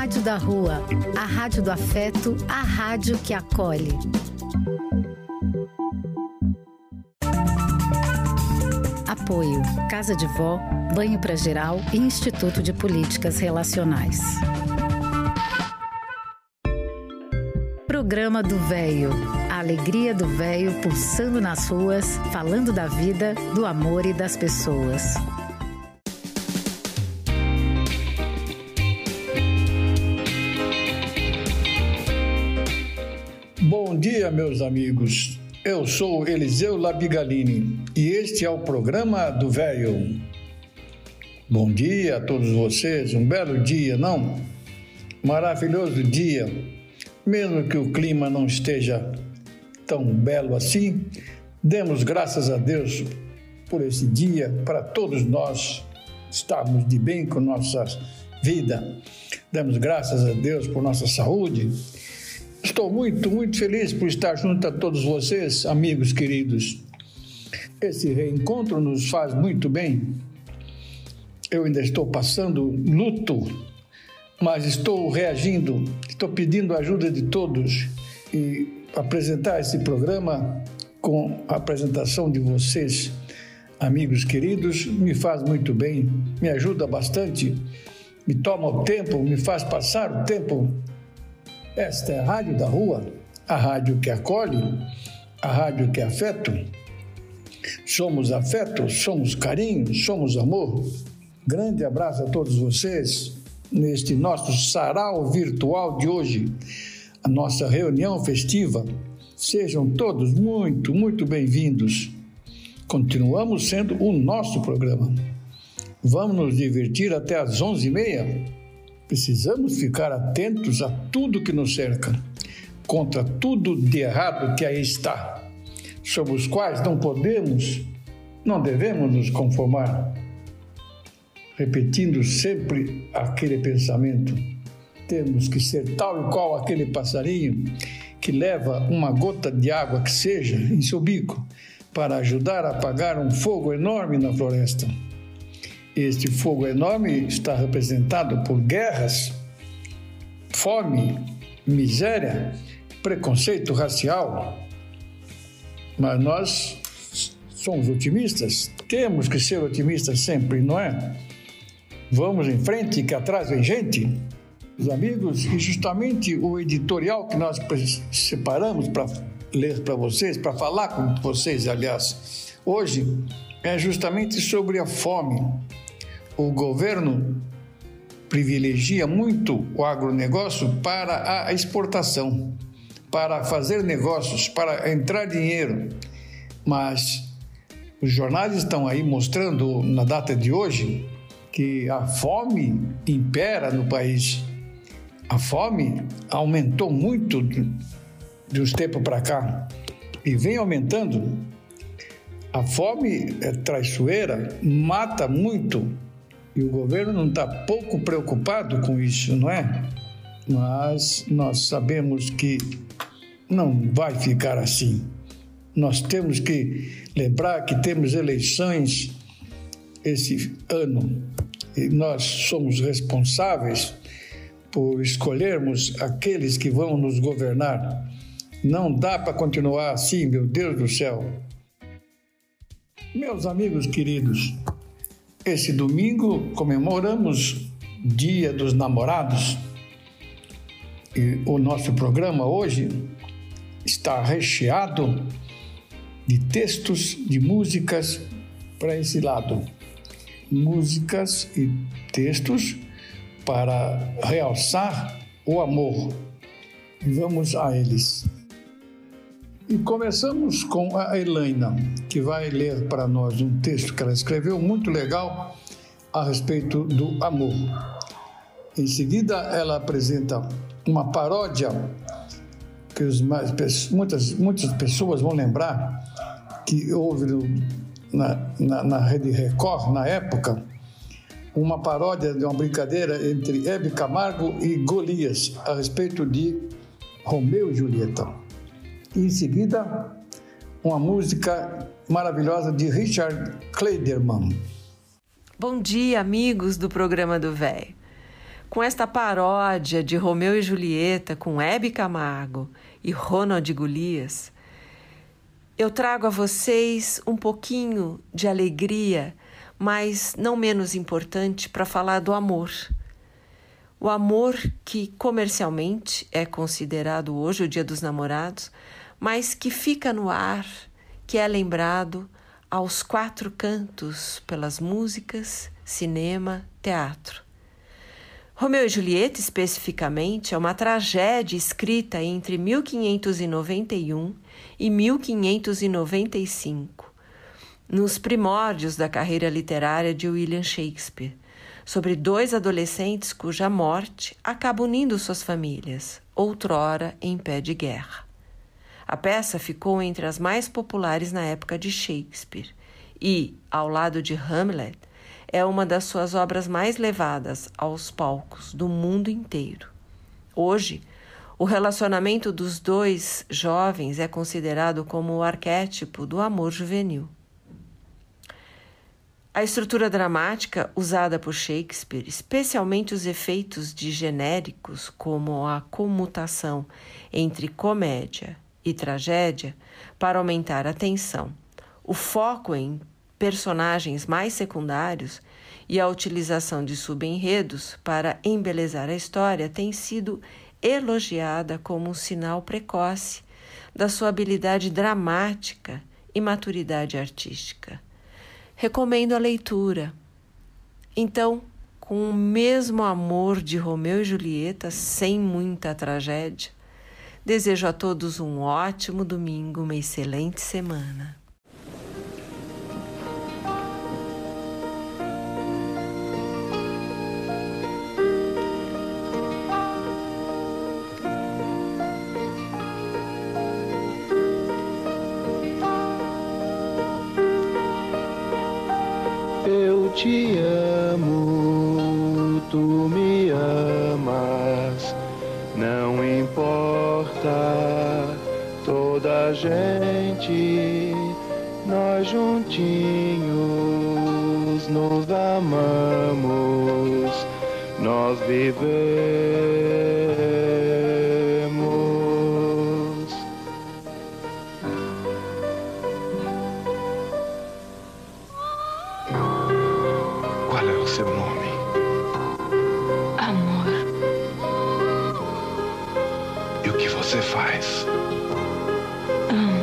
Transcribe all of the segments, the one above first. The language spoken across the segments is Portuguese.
Rádio da Rua, a rádio do afeto, a rádio que acolhe. Apoio: Casa de Vó, Banho para Geral e Instituto de Políticas Relacionais. Programa do Véio. A alegria do véio pulsando nas ruas, falando da vida, do amor e das pessoas. Bom dia, meus amigos. Eu sou Eliseu Labigalini e este é o Programa do Véio. Bom dia a todos vocês, um belo dia, não? Maravilhoso dia. Mesmo que o clima não esteja tão belo assim, demos graças a Deus por esse dia, para todos nós estarmos de bem com nossa vida. Demos graças a Deus por nossa saúde. Estou muito, muito feliz por estar junto a todos vocês, amigos queridos. Esse reencontro nos faz muito bem. Eu ainda estou passando luto, mas estou reagindo, estou pedindo a ajuda de todos e apresentar esse programa com a apresentação de vocês, amigos queridos, me faz muito bem, me ajuda bastante, me toma o tempo, me faz passar o tempo. Esta é a Rádio da Rua, a rádio que acolhe, a rádio que é afeto. Somos afeto, somos carinho, somos amor. Grande abraço a todos vocês neste nosso sarau virtual de hoje, a nossa reunião festiva. Sejam todos muito, muito bem-vindos. Continuamos sendo o nosso programa. Vamos nos divertir até às 11h30. Precisamos ficar atentos a tudo que nos cerca, contra tudo de errado que aí está, sobre os quais não devemos nos conformar. Repetindo sempre aquele pensamento, temos que ser tal e qual aquele passarinho que leva uma gota de água que seja em seu bico para ajudar a apagar um fogo enorme na floresta. Este fogo enorme está representado por guerras, fome, miséria, preconceito racial. Mas nós somos otimistas, temos que ser otimistas sempre, não é? Vamos em frente, que atrás vem gente. Os amigos, e justamente o editorial que nós separamos para ler para vocês, para falar com vocês, aliás, hoje, é justamente sobre a fome. O governo privilegia muito o agronegócio para a exportação, para fazer negócios, para entrar dinheiro. Mas os jornais estão aí mostrando, na data de hoje, que a fome impera no país. A fome aumentou muito de uns tempos para cá e vem aumentando. A fome é traiçoeira, mata muito. E o governo não está pouco preocupado com isso, não é? Mas nós sabemos que não vai ficar assim. Nós temos que lembrar que temos eleições esse ano e nós somos responsáveis por escolhermos aqueles que vão nos governar. Não dá para continuar assim, meu Deus do céu. Meus amigos queridos, esse domingo comemoramos Dia dos Namorados e o nosso programa hoje está recheado de textos, de músicas para esse lado. Músicas e textos para realçar o amor. E vamos a eles. E começamos com a Elaina, que vai ler para nós um texto que ela escreveu muito legal a respeito do amor. Em seguida, ela apresenta uma paródia que muitas pessoas vão lembrar que houve na Rede Record, na época, uma paródia de uma brincadeira entre Hebe Camargo e Golias a respeito de Romeu e Julieta. E em seguida, uma música maravilhosa de Richard Clayderman. Bom dia, amigos do Programa do Véio. com esta paródia de Romeu e Julieta com Hebe Camargo e Ronald Golias, eu trago a vocês um pouquinho de alegria, mas não menos importante, para falar do amor. O amor que comercialmente é considerado hoje o Dia dos Namorados, mas que fica no ar, que é lembrado aos quatro cantos pelas músicas, cinema, teatro. Romeu e Julieta, especificamente, é uma tragédia escrita entre 1591 e 1595, nos primórdios da carreira literária de William Shakespeare, sobre dois adolescentes cuja morte acaba unindo suas famílias, outrora em pé de guerra. A peça ficou entre as mais populares na época de Shakespeare e, ao lado de Hamlet, é uma das suas obras mais levadas aos palcos do mundo inteiro. Hoje, o relacionamento dos dois jovens é considerado como o arquétipo do amor juvenil. A estrutura dramática usada por Shakespeare, especialmente os efeitos de genéricos, como a comutação entre comédia e tragédia, para aumentar a tensão, o foco em personagens mais secundários e a utilização de subenredos para embelezar a história tem sido elogiada como um sinal precoce da sua habilidade dramática e maturidade artística. Recomendo a leitura. Então, com o mesmo amor de Romeu e Julieta, sem muita tragédia, desejo a todos um ótimo domingo, uma excelente semana. Eu te amo, tu me amas, não importa, toda a gente, nós juntinhos nos amamos, nós vivemos. Qual é o seu nome? Amor. E o que você faz? Amo.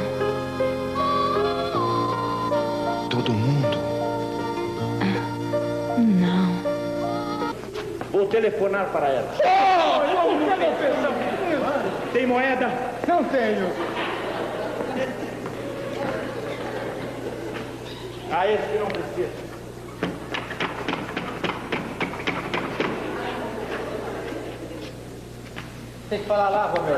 Todo mundo? Não. Vou telefonar para ela. Tem moeda? Não tenho. Ah, esse que não precisa. Tem que falar lá, Romeu.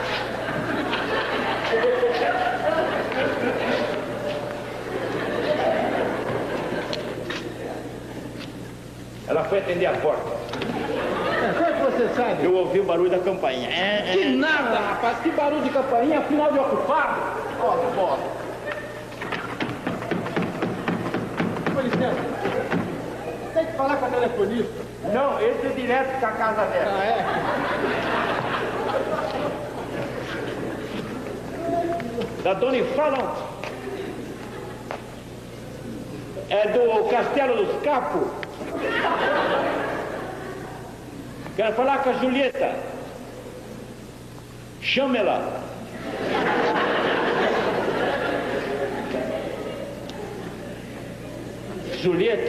Ela foi atender a porta. Como é que você sabe? Eu ouvi o barulho da campainha. Que nada, rapaz. Que barulho de campainha, afinal de ocupado. Olha, bola. Com licença. Tem que falar com a telefonista. Não, esse é direto para a casa dela. Ah, é? Da Dona Ifalão. É do Castelo dos Capos. Quero falar com a Julieta. Chame-la. Julieta.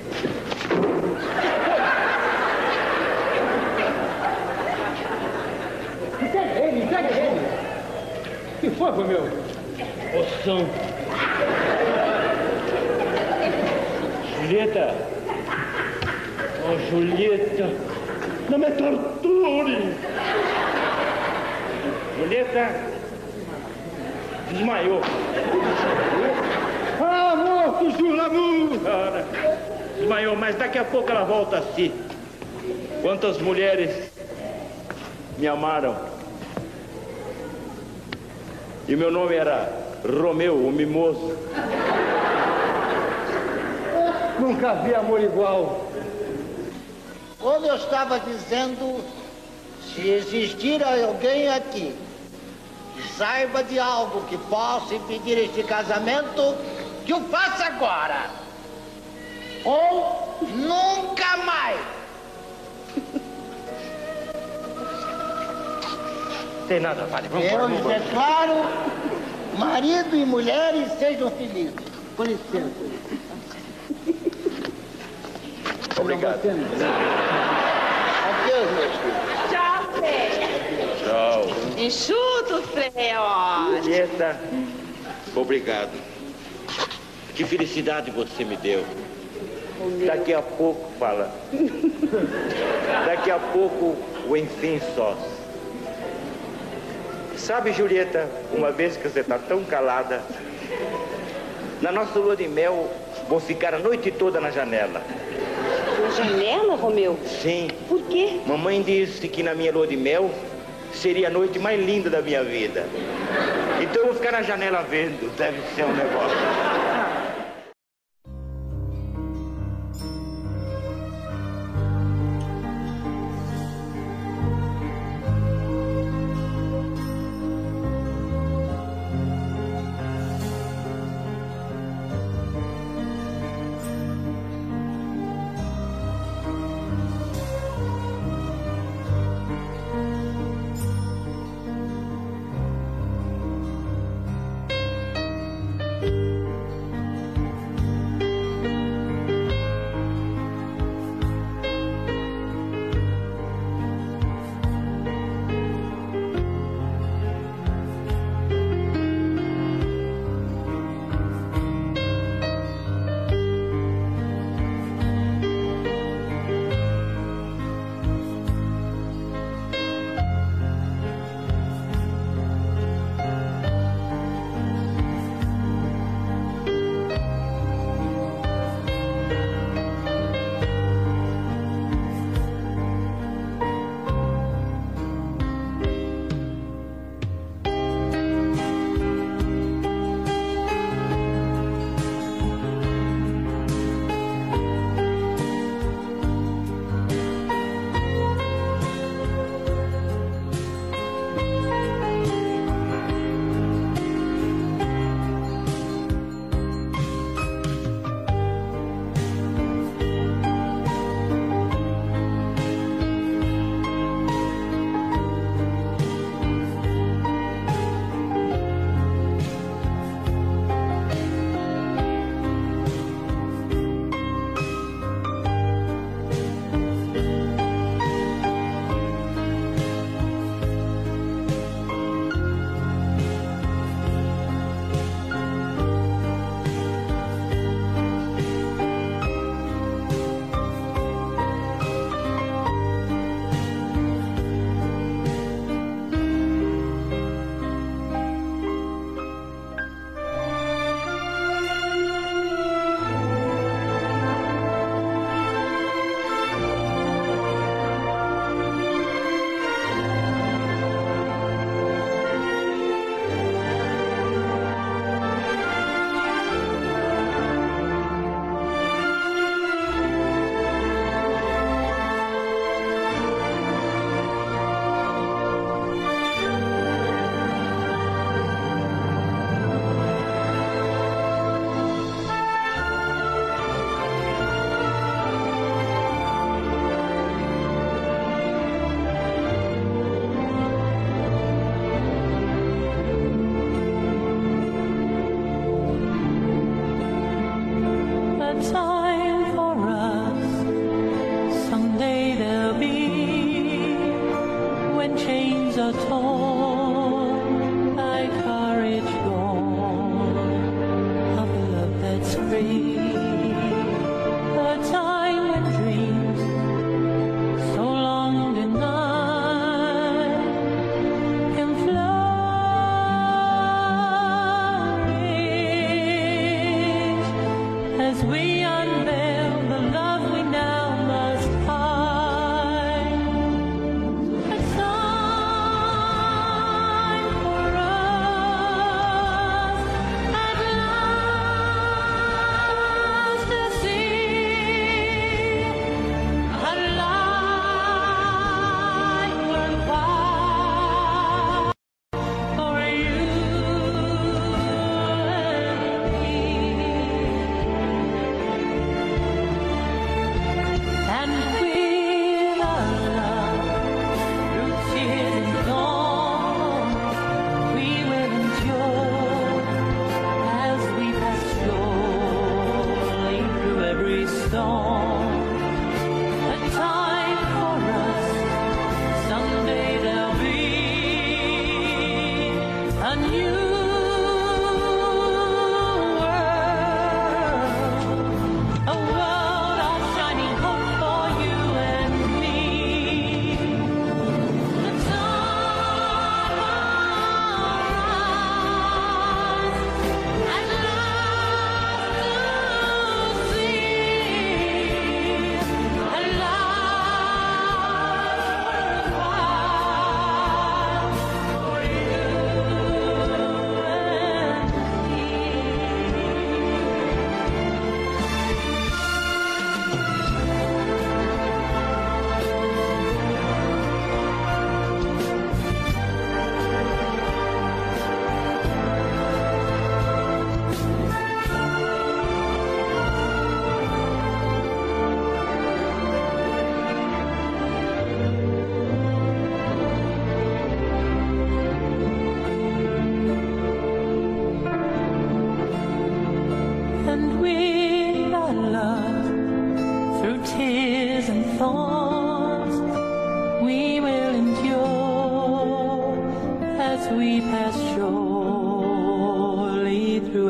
Entrega ele. O que foi, Romeu? Poção. Julieta. Oh, Julieta. Não me torture. Julieta desmaiou. Ah, morto, Juramu! Cara, desmaiou, mas daqui a pouco ela volta a si. Quantas mulheres me amaram. E meu nome era Romeu, o Mimoso. Nunca vi amor igual. Como eu estava dizendo, se existir alguém aqui que saiba de algo que possa impedir este casamento, que o faça agora. Ou nunca mais. Tem nada, vale. Vamos Eu embora, lhes declaro, marido e mulheres sejam felizes. Com licença. Obrigado. Adeus, meus filhos. Tchau, Frei. Tchau. Enxuto, Frei, ó. Julieta, obrigado. Que felicidade você me deu. Daqui a pouco, fala. Daqui a pouco, o enfim só. Sabe, Julieta, uma vez que você está tão calada, na nossa lua de mel, vou ficar a noite toda na janela. Na janela, Romeu? Sim. Por quê? Mamãe disse que na minha lua de mel seria a noite mais linda da minha vida. Então eu vou ficar na janela vendo. Deve ser um negócio.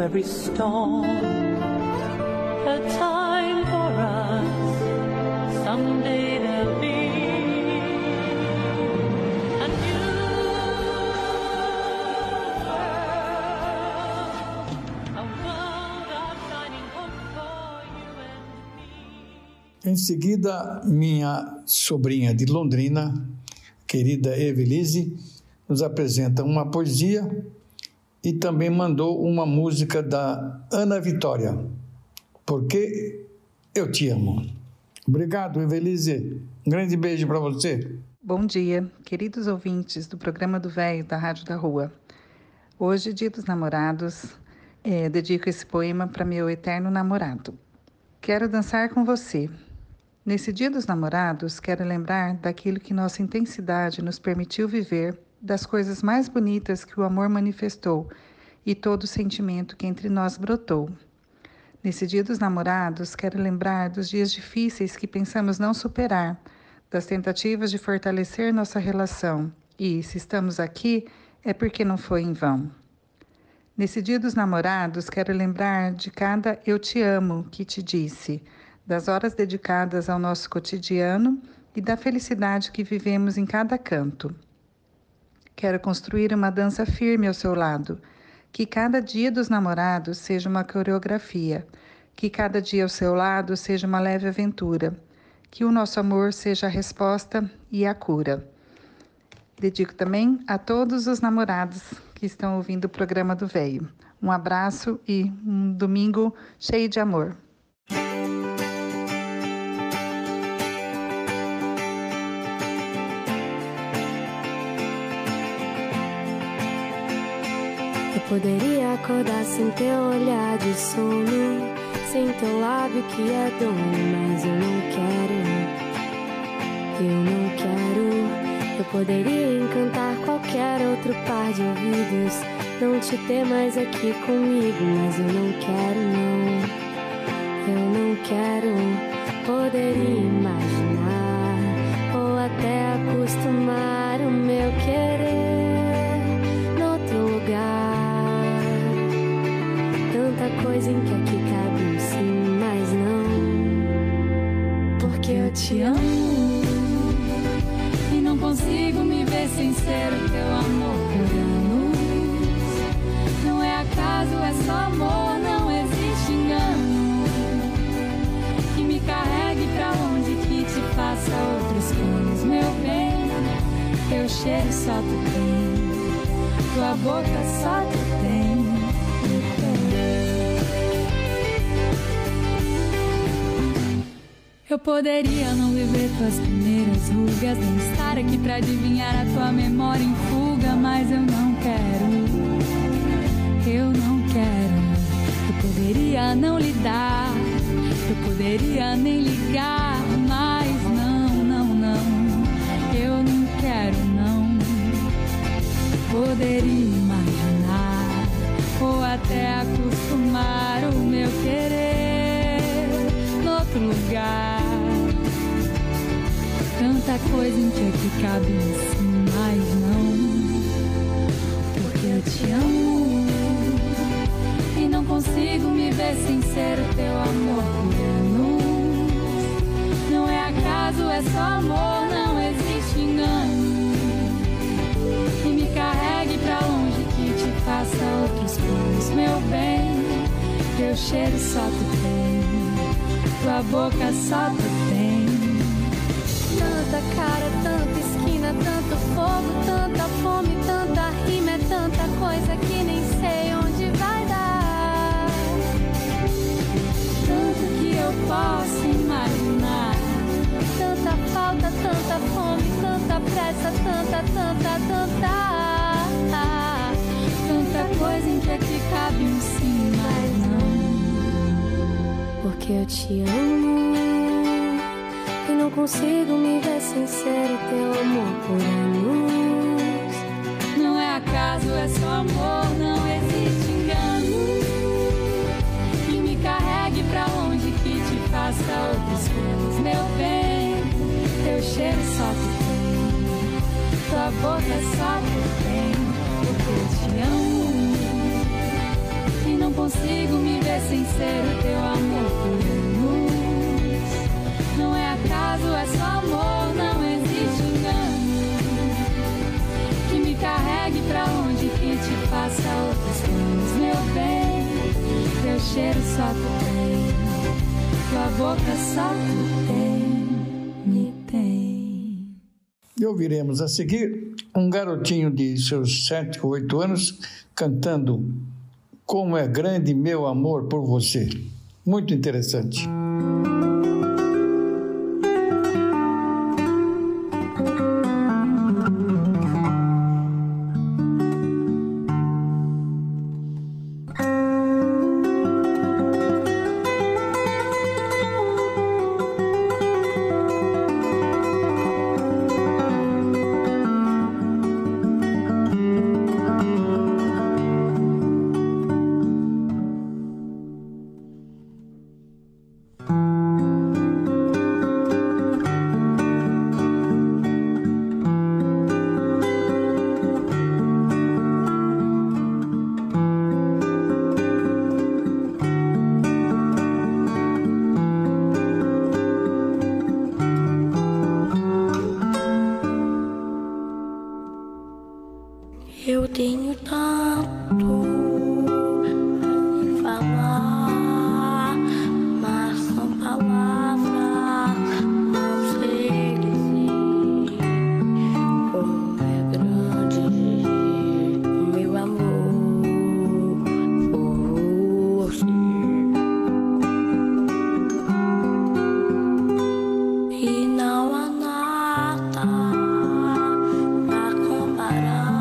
every storm. A time for us, someday there'll be a new world, a world of shining hope for you and me. Em seguida, minha sobrinha de Londrina, querida Evelise, nos apresenta uma poesia e também mandou uma música da Ana Vitória, Porque Eu Te Amo. Obrigado, Evelise. Um grande beijo para você. Bom dia, queridos ouvintes do programa do Véio da Rádio da Rua. Hoje, Dia dos Namorados, dedico esse poema para meu eterno namorado. Quero dançar com você. Nesse Dia dos Namorados, quero lembrar daquilo que nossa intensidade nos permitiu viver, das coisas mais bonitas que o amor manifestou e todo o sentimento que entre nós brotou. Nesse Dia dos Namorados, quero lembrar dos dias difíceis que pensamos não superar, das tentativas de fortalecer nossa relação e, se estamos aqui, é porque não foi em vão. Nesse Dia dos Namorados, quero lembrar de cada eu te amo que te disse, das horas dedicadas ao nosso cotidiano e da felicidade que vivemos em cada canto. Quero construir uma dança firme ao seu lado, que cada dia dos namorados seja uma coreografia, que cada dia ao seu lado seja uma leve aventura, que o nosso amor seja a resposta e a cura. Dedico também a todos os namorados que estão ouvindo o programa do Véio. Um abraço e um domingo cheio de amor. Eu poderia acordar sem teu olhar de sono, sem teu lábio que é dono, mas eu não quero. Eu poderia encantar qualquer outro par de ouvidos, não te ter mais aqui comigo, mas eu não quero, não. Eu não quero. Poderia imaginar ou até acostumar o meu querer noutro lugar. Tanta coisa em que aqui cabe um sim, mas não. Porque eu te amo e não consigo me ver sem ser o teu amor por anos. Não é acaso, é só amor, não existe engano que me carregue pra longe, que te faça outros planos, meu bem. Teu cheiro só tu tem, tua boca só tu tem. Eu poderia não viver tuas primeiras rugas, nem estar aqui pra adivinhar a tua memória em fuga, mas eu não quero, eu não quero. Eu poderia não lidar, eu poderia nem ligar, mas não, não, não, eu não quero, não. Poderia imaginar ou até acostumar o meu querer noutro lugar. Tanta coisa em que aqui cabe um sim, mas não. Porque eu te amo e não consigo me ver sem ser o teu amor por anos. Não é acaso, é só amor, não existe engano que me carregue pra longe, que te faça outros planos, meu bem. Teu cheiro só tu tem, tua boca só tu tem. Tanta cara, tanta esquina, tanto fogo, tanta fome, tanta rima, é tanta coisa que nem sei onde vai dar. Tanto que eu posso imaginar, tanta falta, tanta fome, tanta pressa, tanta coisa em que aqui cabe um sim, mas não. Porque eu te amo e não consigo me ver sem ser o teu amor por anos. Não é acaso, é só amor, não existe engano que me carregue pra longe, que te faça outros planos, meu bem. Teu cheiro só tu tem, tua boca só tu tem. Porque eu te amo e não consigo consigo me ver sem ser o teu amor por luz. Não é acaso, é só amor, não existe engano que me carregue pra onde que te faça outros planos, meu bem. Teu cheiro só tu tem, tua boca só tu tem, me tem. E ouviremos a seguir um garotinho de seus 7 ou 8 anos cantando Como é Grande Meu Amor por Você. Muito interessante. Eu tenho tanto a lhe falar, mas são palavras, não sei dizer como é grande o meu amor por você. E não há nada a comparar.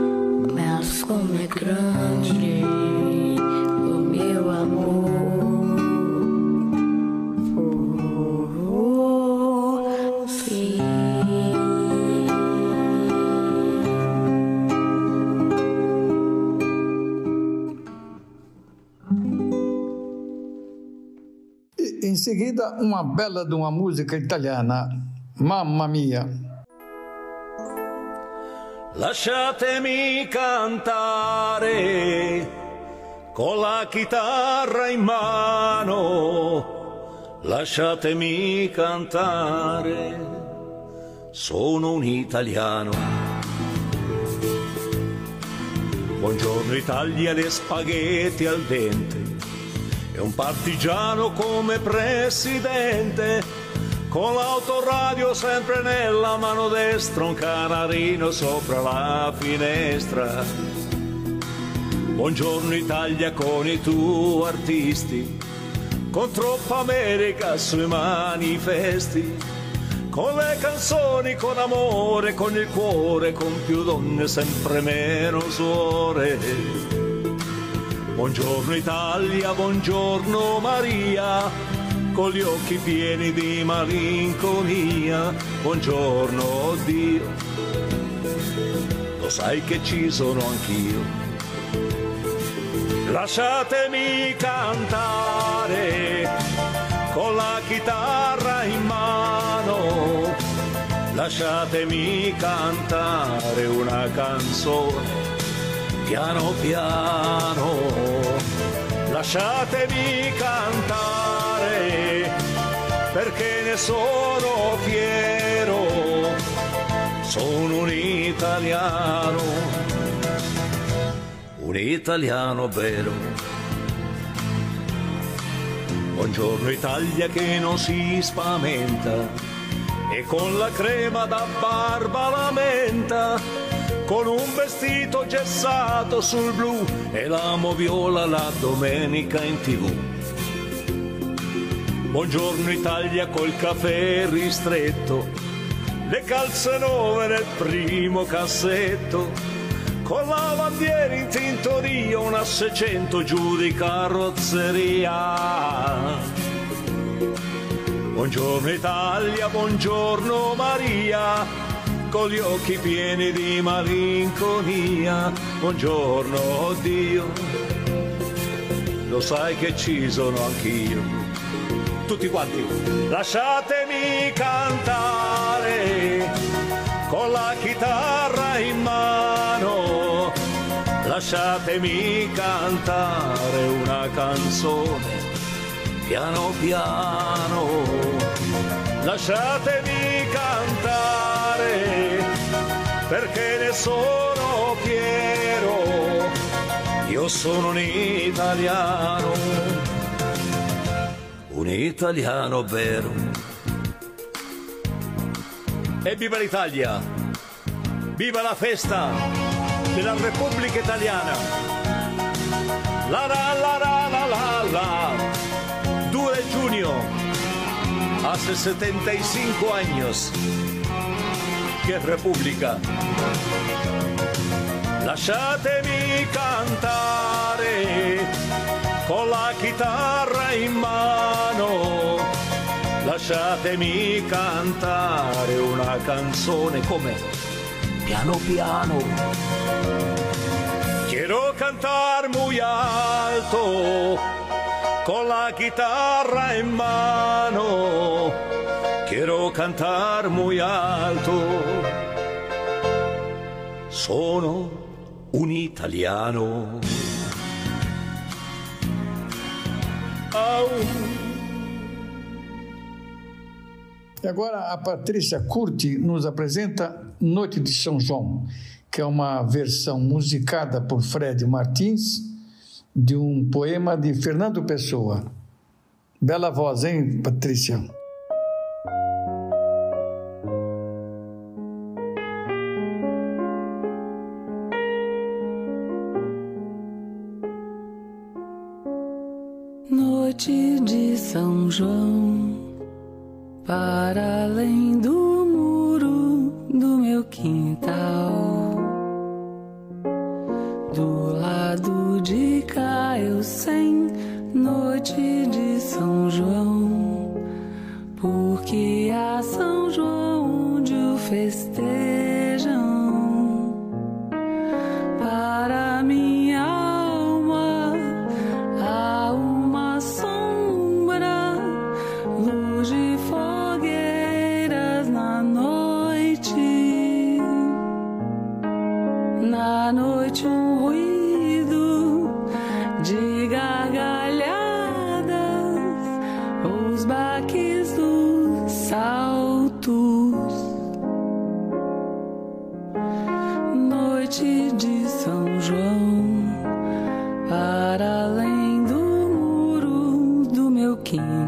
Como é grande o meu amor em seguida uma bela de uma música italiana, Mamma Mia. Lasciatemi cantare con la chitarra in mano, lasciatemi cantare, sono un italiano. Buongiorno Italia, le spaghetti al dente e un partigiano come presidente, con l'autoradio sempre nella mano destra, un canarino sopra la finestra. Buongiorno Italia con i tuoi artisti, con troppa America sui manifesti, con le canzoni, con amore, con il cuore, con più donne, sempre meno suore. Buongiorno Italia, buongiorno Maria, con gli occhi pieni di malinconia, buongiorno Dio, lo sai che ci sono anch'io. Lasciatemi cantare con la chitarra in mano, lasciatemi cantare una canzone piano piano, lasciatemi cantare perché ne sono fiero, sono un italiano vero. Buongiorno Italia che non si spaventa e con la crema da barba la menta, con un vestito gessato sul blu e la moviola la domenica in TV. Buongiorno Italia col caffè ristretto, le calze nuove nel primo cassetto, con la bandiera in tintoria, una 600 giù di carrozzeria. Buongiorno Italia, buongiorno Maria, con gli occhi pieni di malinconia, buongiorno Dio, lo sai che ci sono anch'io. Tutti quanti, lasciatemi cantare con la chitarra in mano, lasciatemi cantare una canzone piano piano, lasciatemi cantare perché ne sono fiero, io sono un italiano vero. E viva l'Italia, viva la festa della Repubblica Italiana. La la la la la la la. 2 junio, hace 75 años che Repubblica. Lasciatemi cantare con la chitarra in mano, lasciatemi cantare una canzone come piano piano. Quiero cantar muy alto con la chitarra in mano, quiero cantar muy alto, sono un italiano. E agora a Patrícia Curti nos apresenta Noite de São João, que é uma versão musicada por Fred Martins de um poema de Fernando Pessoa. Bela voz, hein, Patrícia? Noite de São João, para além do muro do meu quintal, do lado de cá eu sem noite de São João, porque a São João onde o festejam, para minha alma há uma sombra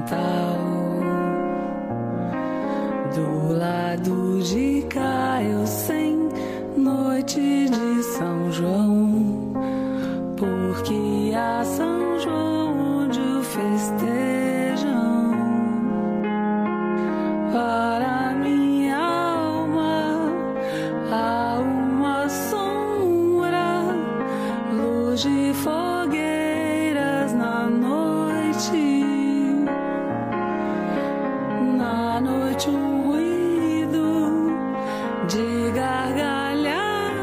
quintal. Do lado de cá eu sem noite de São João, porque a São João onde o festejam. Para minha alma há uma sombra, luz de fogueiras na noite. Na noite um ruído de gargalhadas,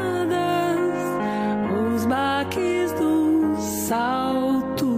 os baques dos saltos.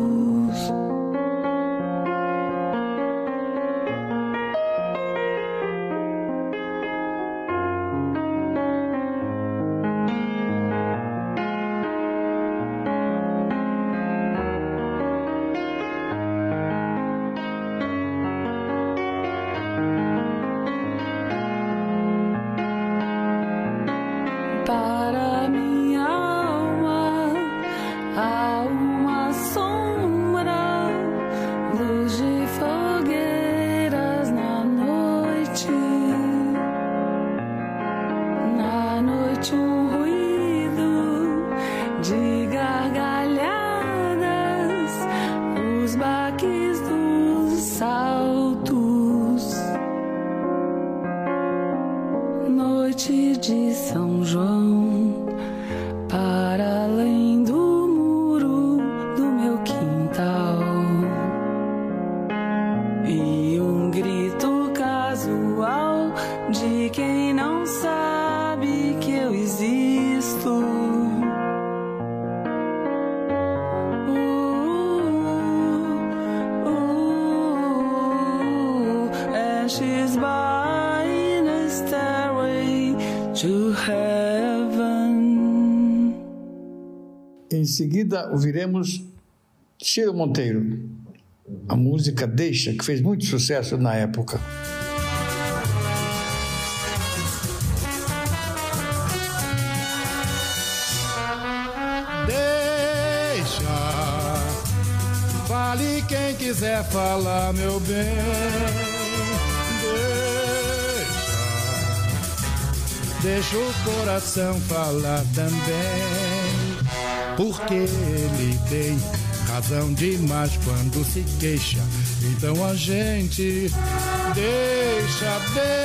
Para minha alma há uma sombra, luz de fogueiras na noite. Na noite um ruído de gargalhadas, os baques dos saltos. Noite de São João, para além do muro do meu quintal, e um grito casual de quem não sabe que eu existo. And she's buying a stairway to heaven. Em seguida, ouviremos Ciro Monteiro, a música Deixa, que fez muito sucesso na época. Deixa, fale quem quiser falar, meu bem. Deixa o coração falar também, porque ele tem razão demais quando se queixa. Então a gente deixa.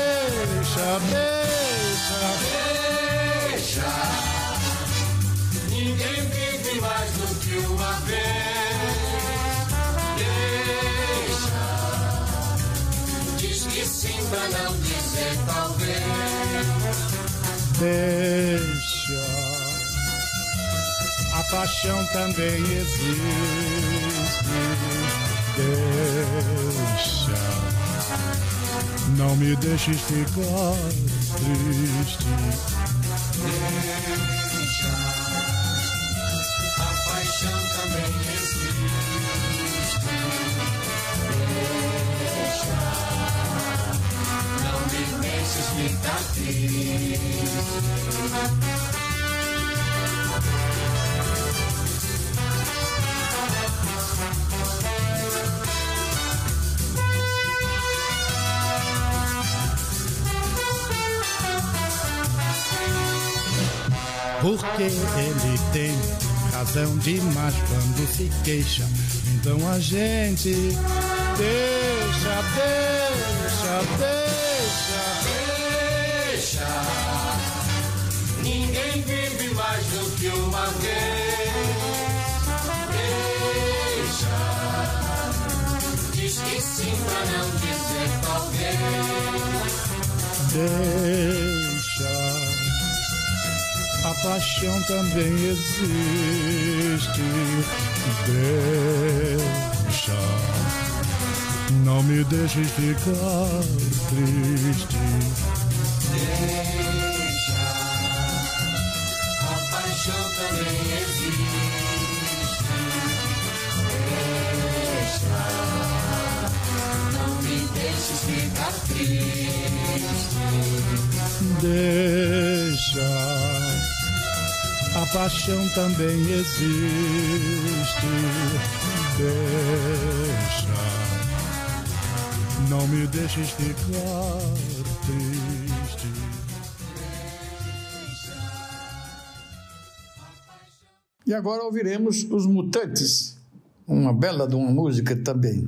Ninguém vive mais do que uma vez. Deixa. Diz que sim pra não dizer talvez. Deixa, a paixão também existe. Deixa, não me deixes ficar triste. Deixa, a paixão também existe. Deixa, não me deixes ficar triste. Porque ele tem razão demais quando se queixa. Então a gente deixa. Ninguém vive mais do que uma vez. Deixa. Diz que sim pra não dizer talvez. Deixa, a paixão também existe. Deixa, não me deixes ficar triste. Deixa, a paixão também existe. Deixa, não me deixes ficar triste. Deixa, a paixão também existe. Deixa, não me deixes ficar triste. E agora ouviremos Os Mutantes, uma bela de uma música também.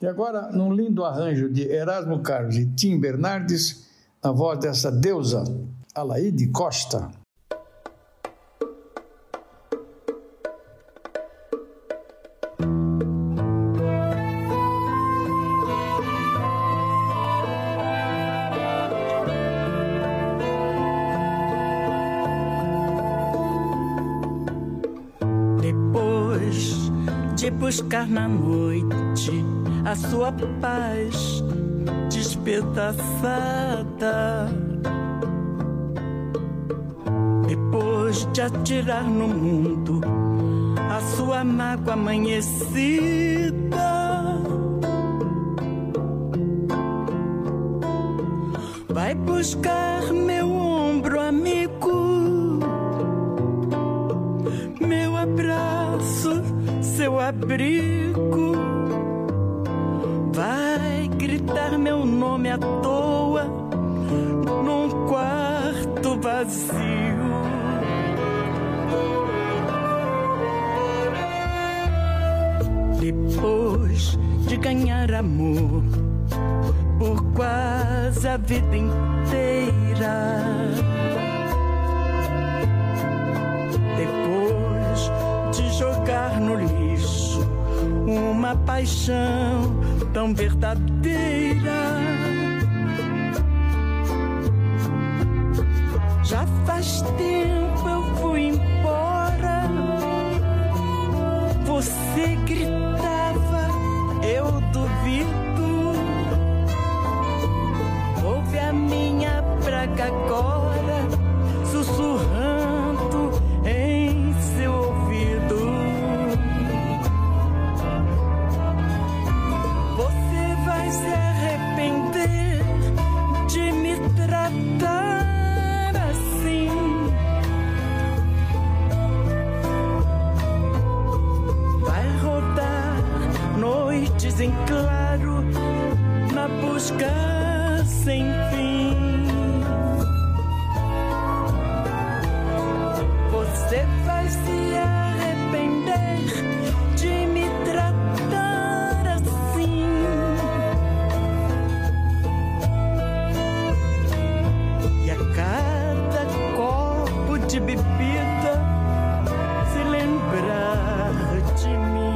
E agora, num lindo arranjo de Erasmo Carlos e Tim Bernardes, na voz dessa deusa, Alaide Costa. Depois de buscar na noite a sua paz despedaçada, depois de atirar no mundo a sua mágoa amanhecida, vai buscar meu ombro amigo, meu abraço, seu abrigo, vai gritar meu nome à toa num quarto vazio. Depois de ganhar amor por quase a vida inteira, depois de jogar no lixo uma paixão tão verdadeira, já faz tempo eu fui embora. Você gritava, eu duvido. Ouve a minha praga agora, sussurrando em seu ouvido. Você vai se arrepender de me tratar assim. Vai rodar noites em claro na busca sem fim. Você vai se arrepender de me tratar assim. E a cada copo de bebida se lembrar de mim.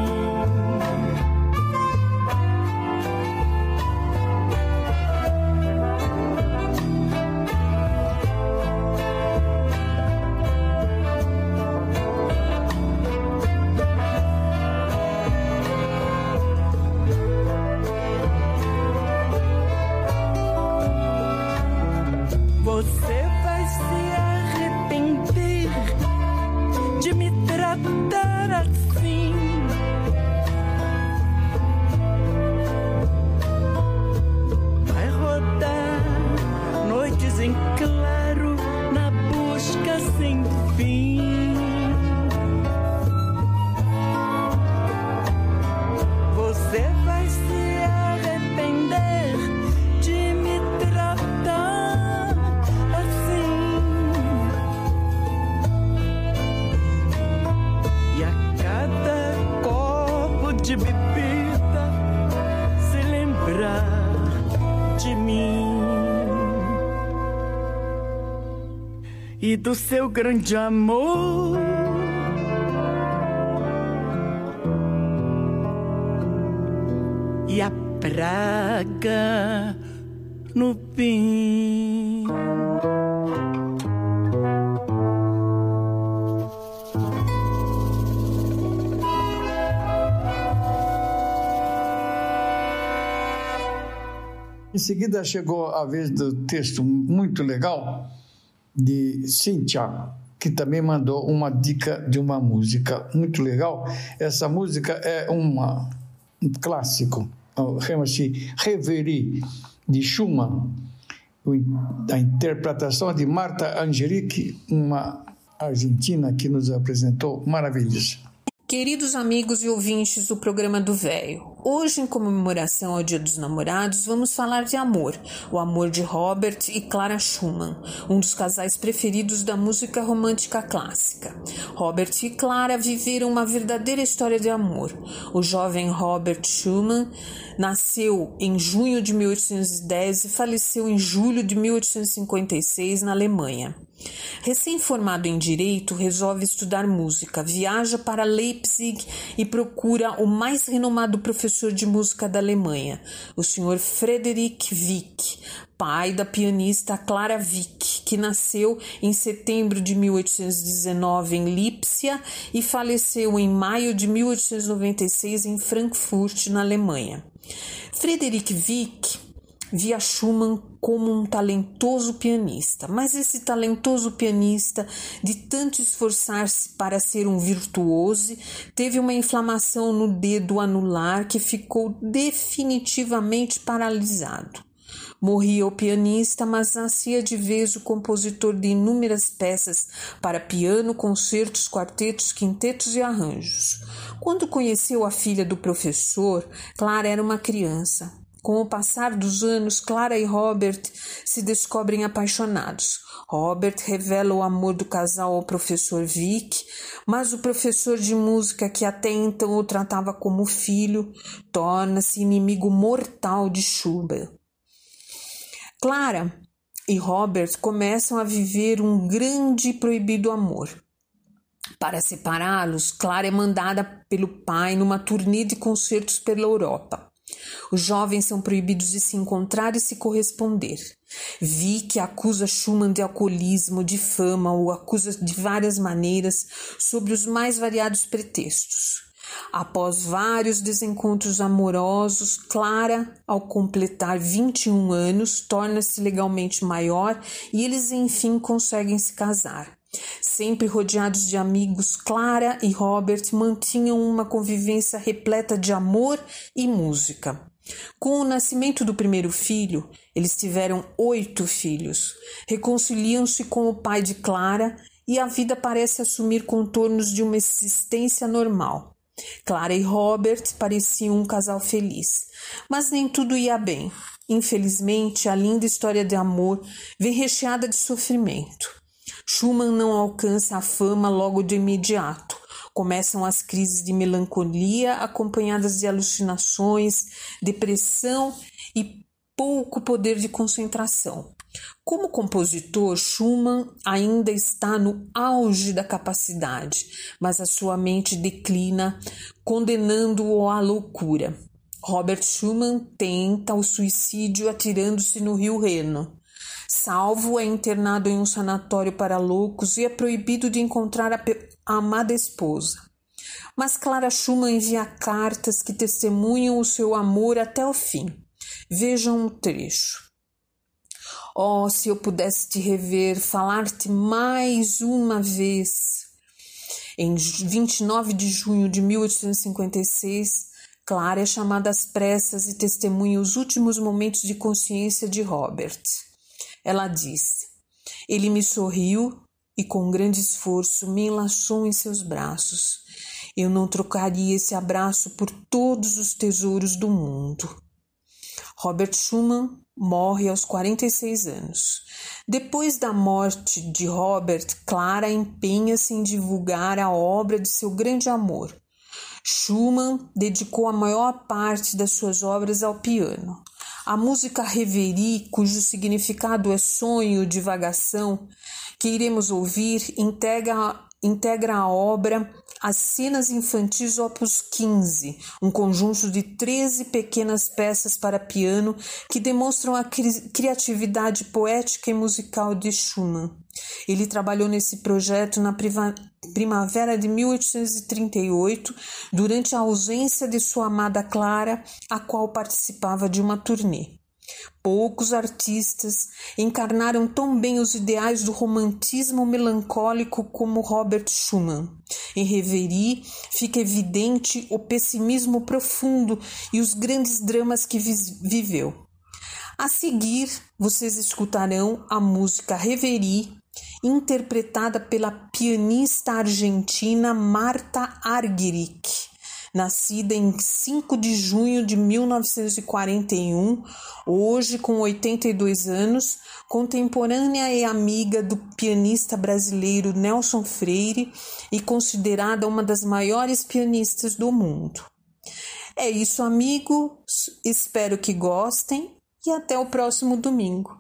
Você vai se arrepender de me tratar assim. Vai rodar noites em claro na busca sem fim. Você vai se arrepender de me tratar assim. E a cada copo de bebida se lembrar de mim e do seu grande amor. E a praga no fim. Em seguida chegou a vez do texto muito legal de Cíntia, que também mandou uma dica de uma música muito legal. Essa música é um clássico, chama-se Reverie, de Schumann, a interpretação de Marta Angelique, uma argentina que nos apresentou maravilhas. Queridos amigos e ouvintes do programa do Véio, Hoje, em comemoração ao Dia dos Namorados, vamos falar de amor, o amor de Robert e Clara Schumann, um dos casais preferidos da música romântica clássica. Robert e Clara viveram uma verdadeira história de amor. O jovem Robert Schumann nasceu em junho de 1810 e faleceu em julho de 1856 na Alemanha. Recém-formado em Direito, resolve estudar música, viaja para Leipzig e procura o mais renomado professor de música da Alemanha, o Sr. Friedrich Wieck, pai da pianista Clara Wieck, que nasceu em setembro de 1819 em Lipsia e faleceu em maio de 1896 em Frankfurt, na Alemanha. Friedrich Wieck via Schumann como um talentoso pianista, mas esse talentoso pianista, de tanto esforçar-se para ser um virtuoso, teve uma inflamação no dedo anular que ficou definitivamente paralisado. Morria o pianista, mas nascia de vez o compositor de inúmeras peças para piano, concertos, quartetos, quintetos e arranjos. Quando conheceu a filha do professor, Clara era uma criança. Com o passar dos anos, Clara e Robert se descobrem apaixonados. Robert revela o amor do casal ao professor Wieck, mas o professor de música, que até então o tratava como filho, torna-se inimigo mortal de Schubert. Clara e Robert começam a viver um grande e proibido amor. Para separá-los, Clara é mandada pelo pai numa turnê de concertos pela Europa. Os jovens são proibidos de se encontrar e se corresponder. Wieck acusa Schumann de alcoolismo, de fama, o acusa de várias maneiras, sobre os mais variados pretextos. Após vários desencontros amorosos, Clara, ao completar 21 anos, torna-se legalmente maior e eles enfim conseguem se casar. Sempre rodeados de amigos, Clara e Robert mantinham uma convivência repleta de amor e música. Com o nascimento do primeiro filho, eles tiveram 8 filhos. Reconciliam-se com o pai de Clara e a vida parece assumir contornos de uma existência normal. Clara e Robert pareciam um casal feliz, mas nem tudo ia bem. Infelizmente, a linda história de amor vem recheada de sofrimento. Schumann não alcança a fama logo de imediato. Começam as crises de melancolia, acompanhadas de alucinações, depressão e pouco poder de concentração. Como compositor, Schumann ainda está no auge da capacidade, mas a sua mente declina, condenando-o à loucura. Robert Schumann tenta o suicídio atirando-se no rio Reno. Salvo, é internado em um sanatório para loucos e é proibido de encontrar a amada esposa. Mas Clara Schumann envia cartas que testemunham o seu amor até o fim. Vejam um trecho. Oh, se eu pudesse te rever, falar-te mais uma vez. Em 29 de junho de 1856, Clara é chamada às pressas e testemunha os últimos momentos de consciência de Robert. Ela disse: ele me sorriu e com grande esforço me enlaçou em seus braços. Eu não trocaria esse abraço por todos os tesouros do mundo. Robert Schumann morre aos 46 anos. Depois da morte de Robert, Clara empenha-se em divulgar a obra de seu grande amor. Schumann dedicou a maior parte das suas obras ao piano. A música Reverie, cujo significado é sonho, divagação, que iremos ouvir, integra a obra As Cenas Infantis Opus 15, um conjunto de 13 pequenas peças para piano que demonstram a criatividade poética e musical de Schumann. Ele trabalhou nesse projeto na primavera de 1838, durante a ausência de sua amada Clara, a qual participava de uma turnê. Poucos artistas encarnaram tão bem os ideais do romantismo melancólico como Robert Schumann. Em Reverie fica evidente o pessimismo profundo e os grandes dramas que viveu. A seguir, vocês escutarão a música Reverie, interpretada pela pianista argentina Marta Argerich, nascida em 5 de junho de 1941, hoje com 82 anos, contemporânea e amiga do pianista brasileiro Nelson Freire e considerada uma das maiores pianistas do mundo. É isso, amigos. Espero que gostem e até o próximo domingo.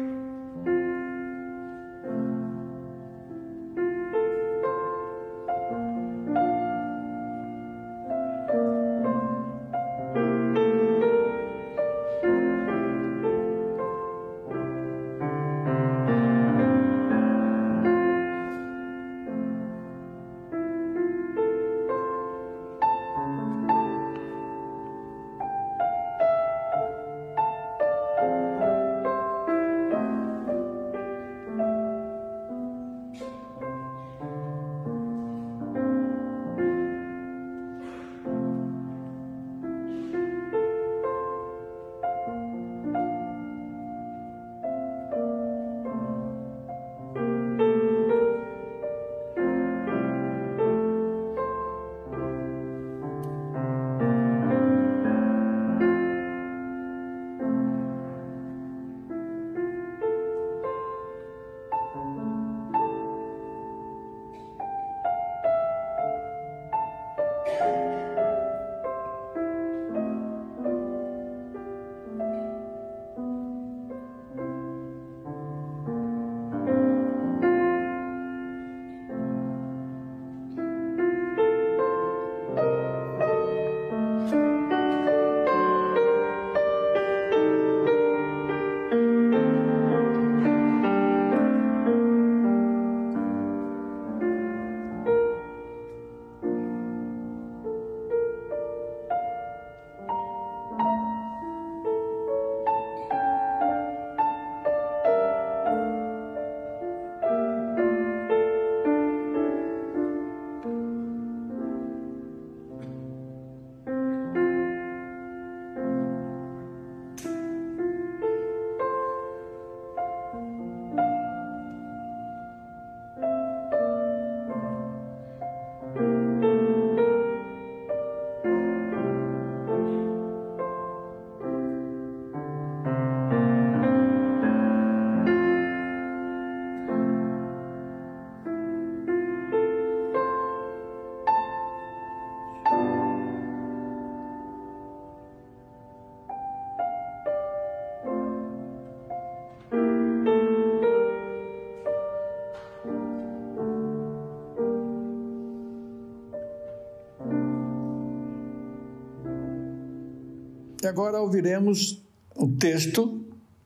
E agora ouviremos o texto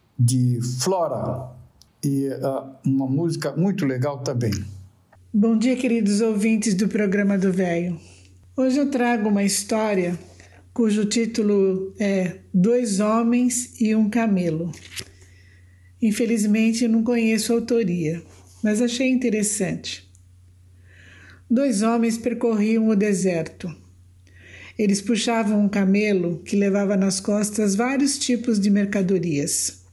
de Flora, e uma música muito legal também. Bom dia, queridos ouvintes do programa do Véio. Hoje eu trago uma história cujo título é Dois Homens e um Camelo. Infelizmente, eu não conheço a autoria, mas achei interessante. Dois homens percorriam o deserto. Eles puxavam um camelo que levava nas costas vários tipos de mercadorias.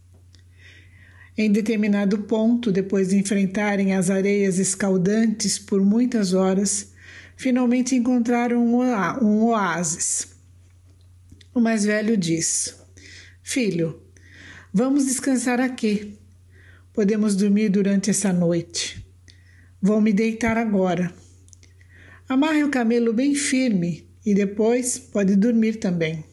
Em determinado ponto, depois de enfrentarem as areias escaldantes por muitas horas, finalmente encontraram um oásis. O mais velho diz: Filho, vamos descansar aqui. Podemos dormir durante essa noite. Vou me deitar agora. Amarre o camelo bem firme e depois pode dormir também.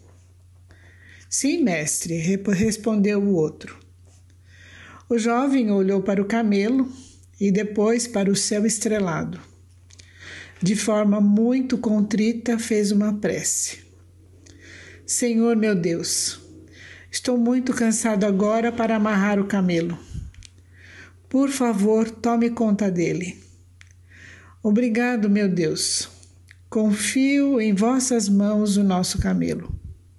Sim, mestre, respondeu o outro. O jovem olhou para o camelo e depois para o céu estrelado. De forma muito contrita, fez uma prece. Senhor meu Deus, estou muito cansado agora para amarrar o camelo. Por favor, tome conta dele. Obrigado, meu Deus. Confio em vossas mãos o nosso camelo.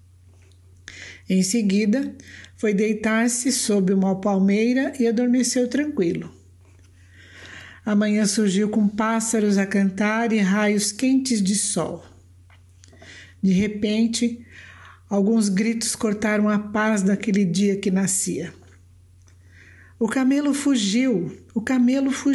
Em seguida, foi deitar-se sob uma palmeira e adormeceu tranquilo. A manhã surgiu com pássaros a cantar e raios quentes de sol. De repente, alguns gritos cortaram a paz daquele dia que nascia. O camelo fugiu,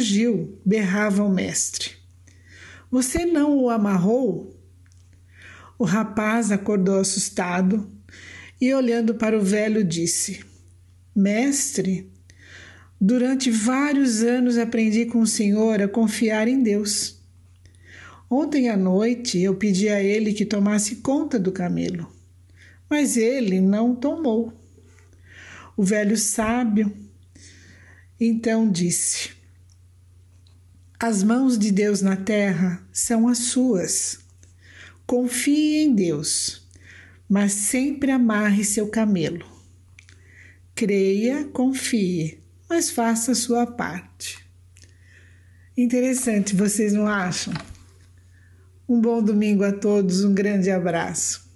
berrava o mestre. Você não o amarrou? O rapaz acordou assustado e, olhando para o velho, disse: Mestre, durante vários anos aprendi com o senhor a confiar em Deus. Ontem à noite eu pedi a ele que tomasse conta do camelo, mas ele não tomou. O velho sábio então disse: As mãos de Deus na terra são as suas. Confie em Deus, mas sempre amarre seu camelo. Creia, confie, mas faça a sua parte. Interessante, vocês não acham? Um bom domingo a todos, um grande abraço.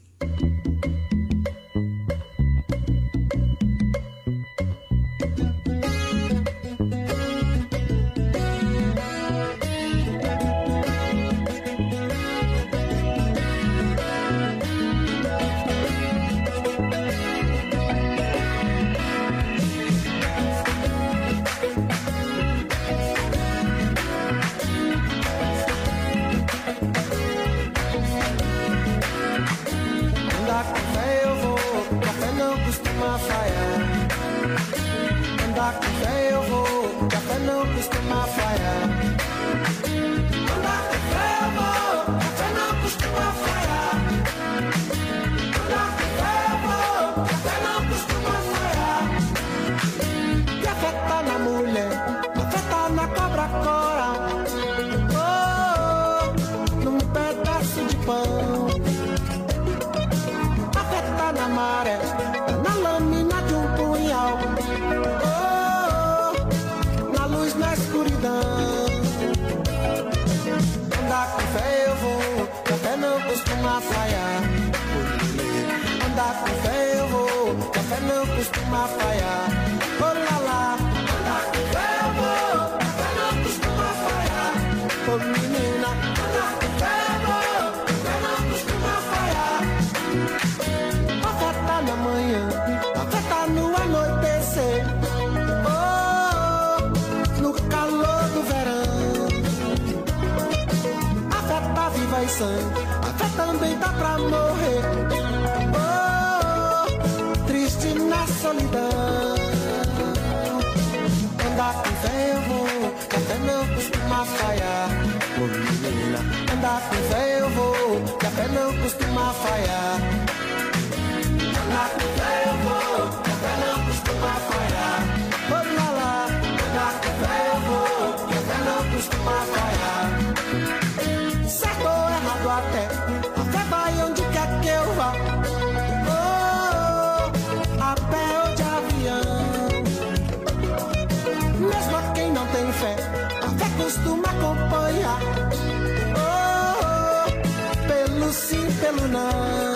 A fé também dá pra morrer. Oh, triste na solidão. Andar com fé eu vou, que a fé não costuma falhar. Oh menina, andar com fé eu vou, que a fé não costuma falhar. Andar com fé eu vou, que a fé não costuma falhar. Oh lá lá, andar com fé eu vou, que a fé não costuma falhar. Certo ou errado até, a fé vai onde quer que eu vá. Oh, a pé ou de avião. Mesmo a quem não tem fé, a fé costuma acompanhar. Oh, pelo sim, pelo não.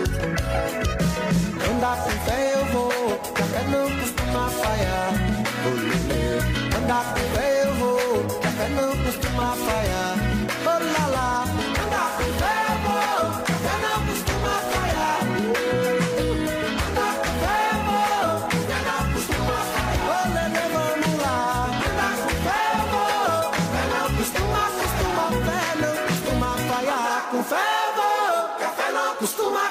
Andar com fé eu vou, que a fé não costuma falhar. Andar com fé eu vou, que a fé não costuma falhar. Oh lá lá, andar com fé eu vou, que a fé não costuma falhar. Andar com fé eu vou, que a fé não costuma falhar. Oh lelê, vamos lá. Andar com fé eu vou, que a fé não costuma falhar. Com fé eu vou, que a fé não costuma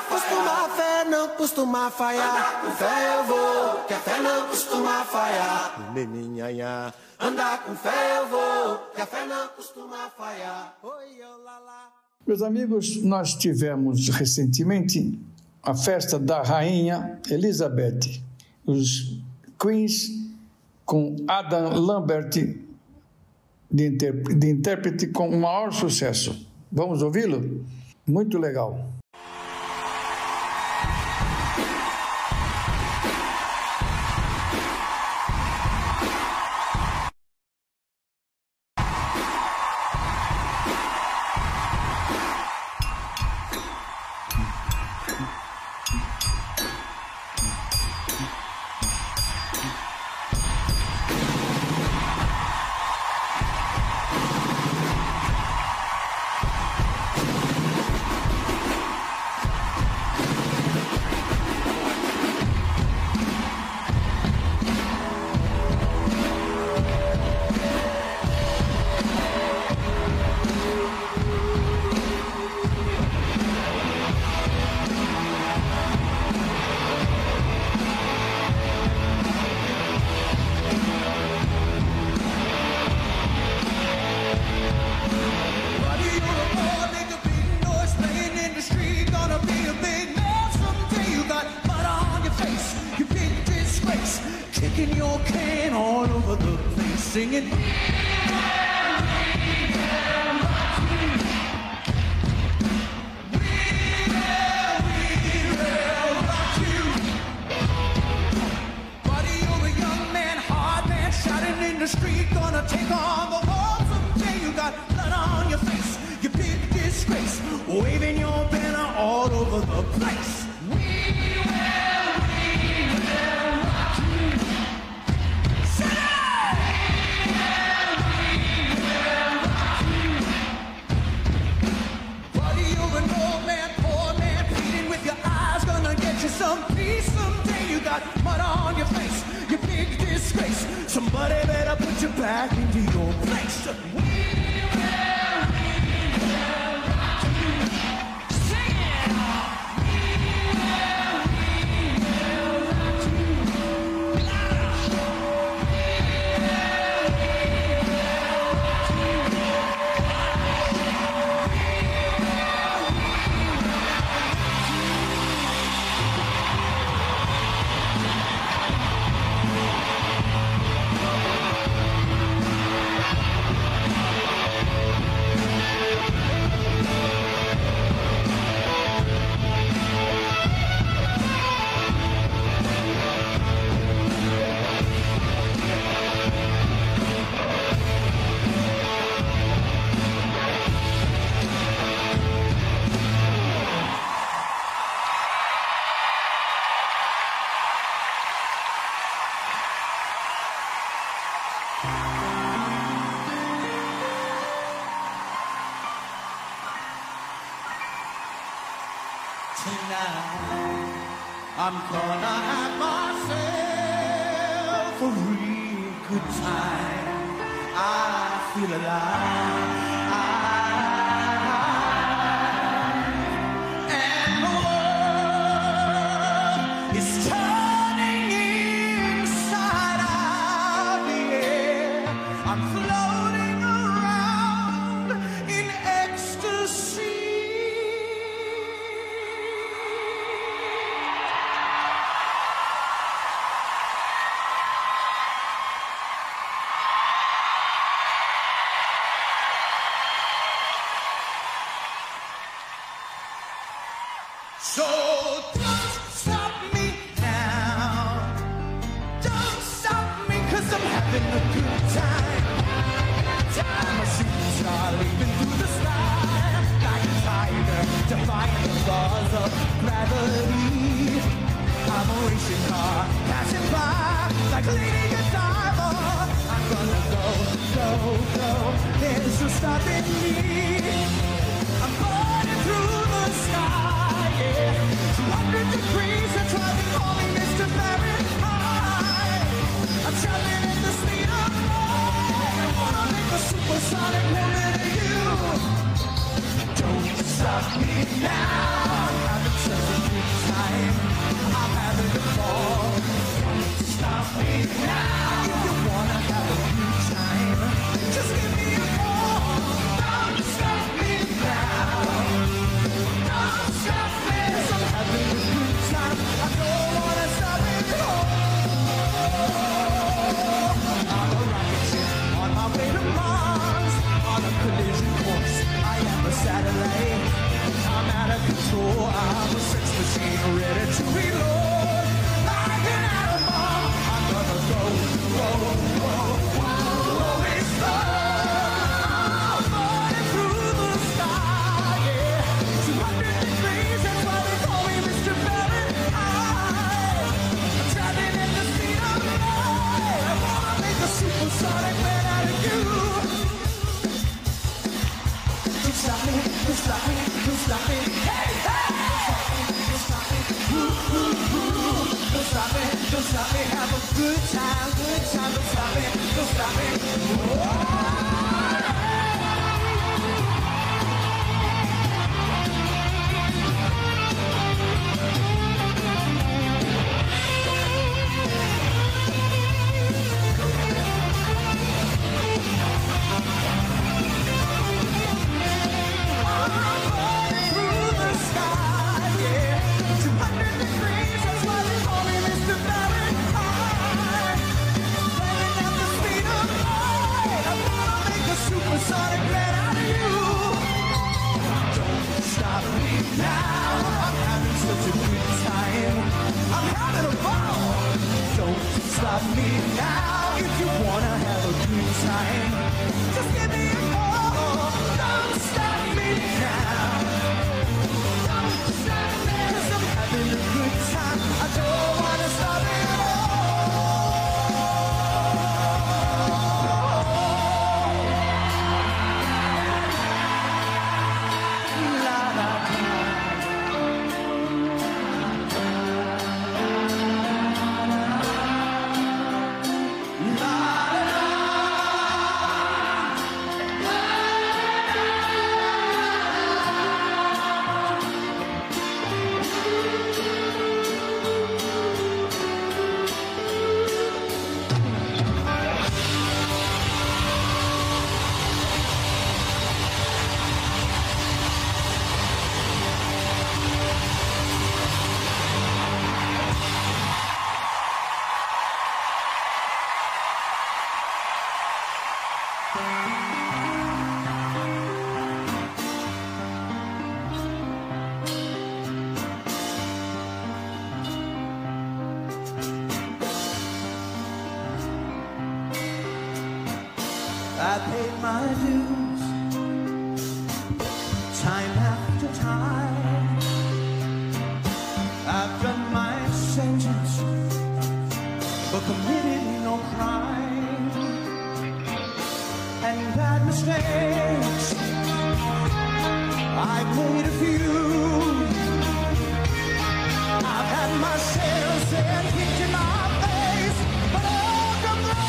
falhar. Com fé eu vou, que a fé não costuma falhar. Meninha, andar com fé eu vou, que a fé não costuma falhar. Meus amigos, nós tivemos recentemente a festa da Rainha Elizabeth, os Queens, com Adam Lambert de intérprete com o maior sucesso. Vamos ouvi-lo? Muito legal. face, you big disgrace, kicking your can all over the place, singing. In the street, gonna take on the world someday. You got blood on your face, you big disgrace, waving your banner all over the place. We will rock you. Shut up! We will rock you. Buddy, you're an old man, poor man, pleading with your eyes, gonna get you some peace someday. You got mud on your face, you big disgrace. Somebody better put you back into your place. We will rock you. Sing it! We will rock you. Tonight, I'm gonna have myself a real good time. I feel alive. And the world is turning inside out, yeah. I'm floating around in ecstasy. So don't stop me now. Don't stop me, 'cause I'm having a good time. My shooting star leaping through the sky like a tiger, defying the laws of gravity. I'm a racing car passing by like Lady Godiva. I'm gonna go, go, go. There's no stopping me. I'm burning through the sky, yeah. 200 degrees, that's why they call me Mr. Fahrenheit. I'm traveling at the speed of light. I wanna make a supersonic woman of you. Don't stop me now. I'm having such a good time. I'm having a ball. Don't stop me now. If you wanna have a good time, just give me a call. Don't stop me now. Don't stop me. 'Cause I'm having a good time. I don't wanna stop it. I'm a rocket ship on my way to Mars. On a collision course, I am a satellite. I'm out of control. I'm a sex machine ready to reload. Like an atom bomb, I'm gonna go, go, go, go, it's love. Burning through the sky, yeah. 200 degrees, that's why they call me Mr. Fahrenheit. I'm traveling at the speed of light. I wanna make a supersonic man out of you. Don't stop me, don't stop me, don't stop me. Hey, hey! Don't stop me, ooh, ooh, ooh. Don't stop me, don't stop me. Have a good time, good time. Don't stop me, don't stop me. Through the sky, yeah. 200 degrees, that's why they call me stop me now. If you wanna have a good time, just give me a call. Don't stop me now. Don't stop me. 'Cause I'm having a good time. I don't wanna stop it at all. I paid my dues, time after time. I've done my sentence, but committed no crime. And bad mistakes, I've made a few. I've had my share of sand kicked in my face, but I'll come through.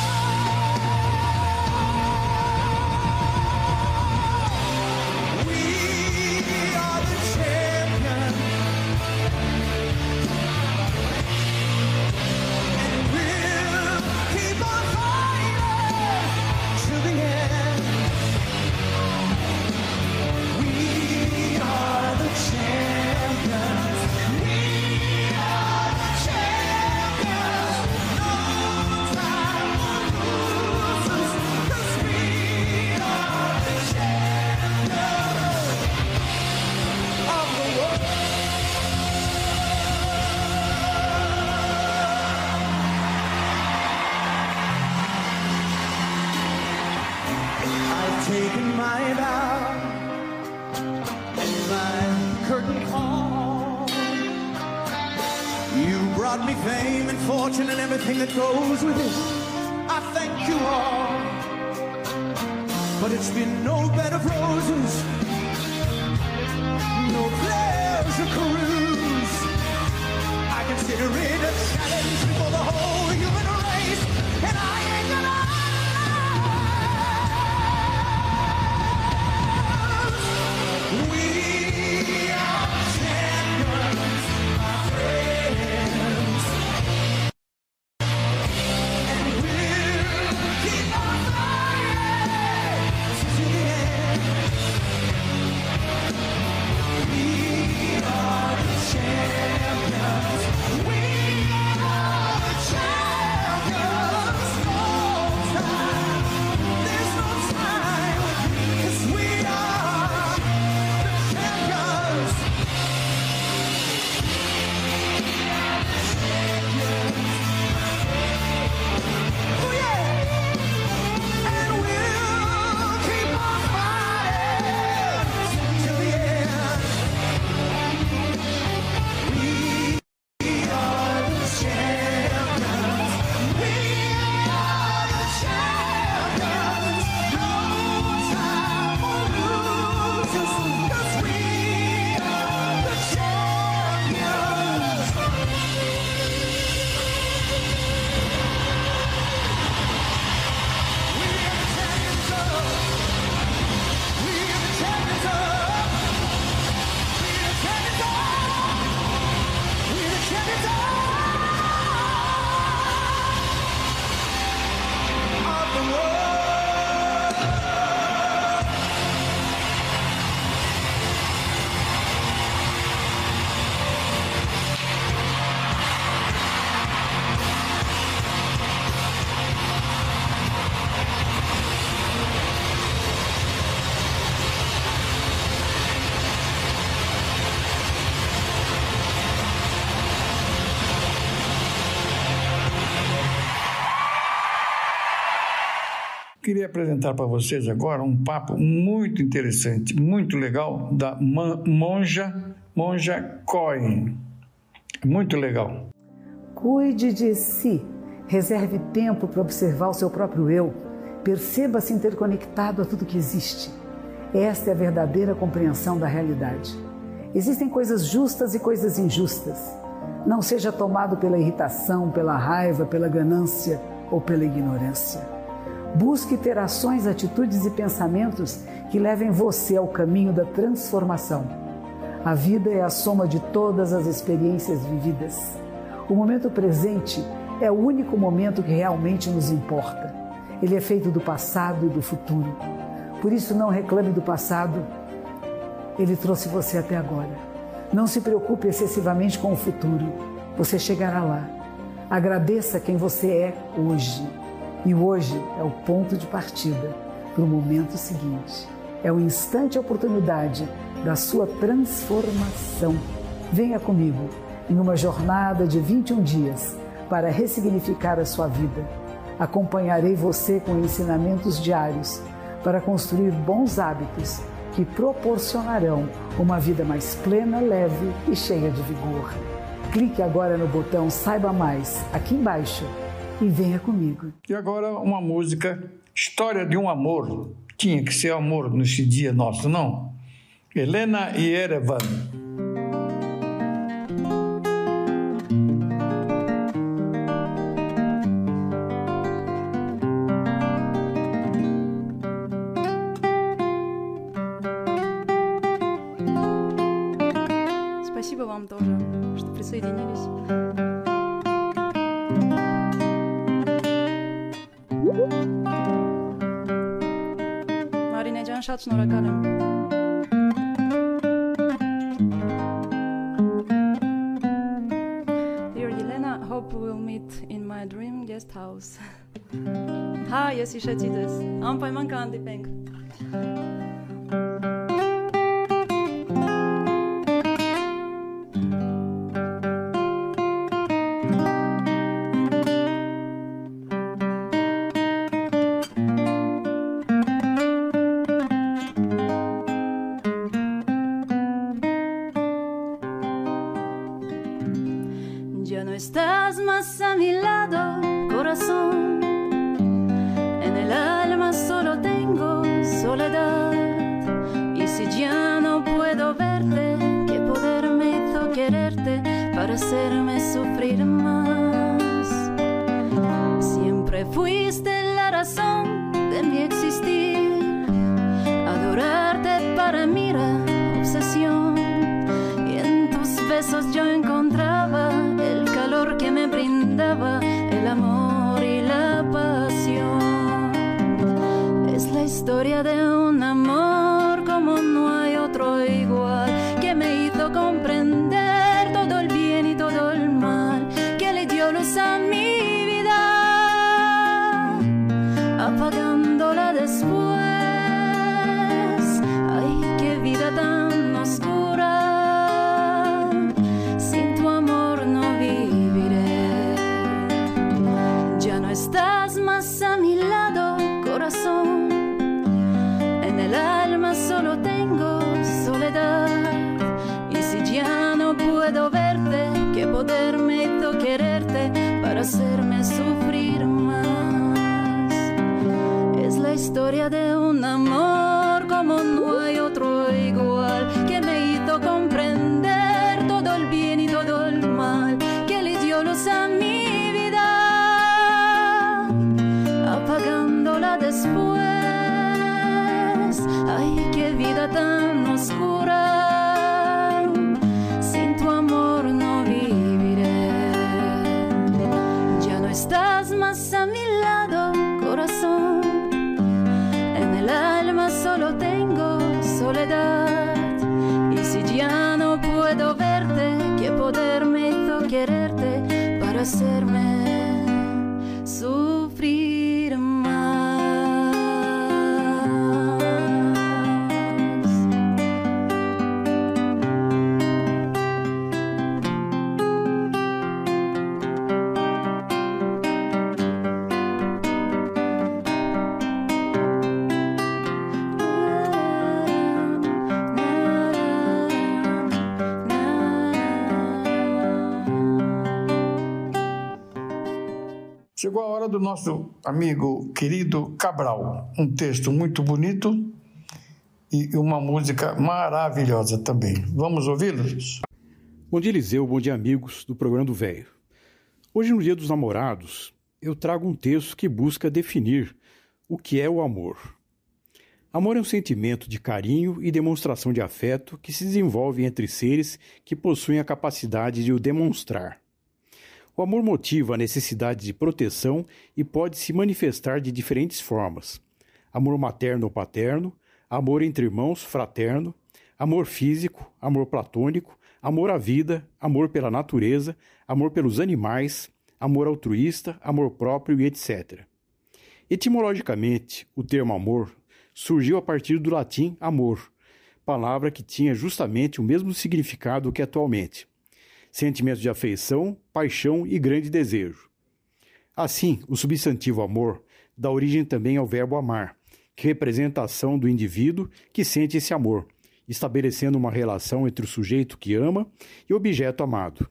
Taken my vow and my curtain call. You brought me fame and fortune and everything that goes with it. I thank you all, but it's been no bed of roses, no pleasure cruise. I consider it a challenge for the whole human race, and I ain't gonna. We are Queria apresentar para vocês agora um papo muito interessante, muito legal, da Monja Cohen. Muito legal. Cuide de si. Reserve tempo para observar o seu próprio eu. Perceba-se interconectado a tudo que existe. Esta é a verdadeira compreensão da realidade. Existem coisas justas e coisas injustas. Não seja tomado pela irritação, pela raiva, pela ganância ou pela ignorância. Busque ter ações, atitudes e pensamentos que levem você ao caminho da transformação. A vida é a soma de todas as experiências vividas. O momento presente é o único momento que realmente nos importa. Ele é feito do passado e do futuro. Por isso, não reclame do passado. Ele trouxe você até agora. Não se preocupe excessivamente com o futuro. Você chegará lá. Agradeça quem você é hoje. E hoje é o ponto de partida para o momento seguinte. É o instante, a oportunidade da sua transformação. Venha comigo em uma jornada de 21 dias para ressignificar a sua vida. Acompanharei você com ensinamentos diários para construir bons hábitos que proporcionarão uma vida mais plena, leve e cheia de vigor. Clique agora no botão Saiba Mais aqui embaixo e venha comigo. E agora uma música, História de um Amor. Tinha que ser amor nesse dia nosso, não? Helena e Erevan. Спасибо вам тоже, что присоединились. Marine Can, շատ շնորհակալ եմ։ Dear Elena, hope we'll meet in my dream guest house. Հա, ես հիշեցի ձեզ։ Անպայման կհանդիպենք։ Ya no estás más a mi lado, corazón. En el alma solo tengo soledad. Y si ya no puedo verte, ¿qué poder me hizo quererte para hacerme sufrir más? Siempre fuiste la razón de mi existir. Adorarte para mí era obsesión. Y en tus besos yo encontraba el calor que me brindaba el amor y la pasión. Es la historia de un amor como no hay otro igual, que me hizo comprender todo el bien y todo el mal, que le dio luz a mi vida, apagándola después. Ay, qué vida tan oscura. Estás más a mi lado, corazón. En el alma solo tengo soledad. Y si ya no puedo verte, ¿qué poder me hizo quererte para hacerme sufrir más? Es la historia de un amor como no hay otro igual, que me hizo comprender todo el bien y todo el mal, que le dio luz a mi apagándola después. Ay, qué vida tan oscura. Sin tu amor no viviré. Ya no estás más a mi lado, corazón. En el alma solo tengo soledad. Y si ya no puedo verte, ¿qué poder me hizo quererte para hacerme sufrir más? Chegou a hora do nosso amigo querido Cabral. Um texto muito bonito e uma música maravilhosa também. Vamos ouvi-los? Bom dia, Eliseu. Bom dia, amigos do Programa do Véio. Hoje, no Dia dos Namorados, eu trago um texto que busca definir o que é o amor. Amor é um sentimento de carinho e demonstração de afeto que se desenvolve entre seres que possuem a capacidade de o demonstrar. O amor motiva a necessidade de proteção e pode se manifestar de diferentes formas. Amor materno ou paterno, amor entre irmãos, fraterno, amor físico, amor platônico, amor à vida, amor pela natureza, amor pelos animais, amor altruísta, amor próprio e etc. Etimologicamente, o termo amor surgiu a partir do latim amor, palavra que tinha justamente o mesmo significado que atualmente. Sentimento de afeição, paixão e grande desejo. Assim, o substantivo amor dá origem também ao verbo amar, que representa a ação do indivíduo que sente esse amor, estabelecendo uma relação entre o sujeito que ama e o objeto amado.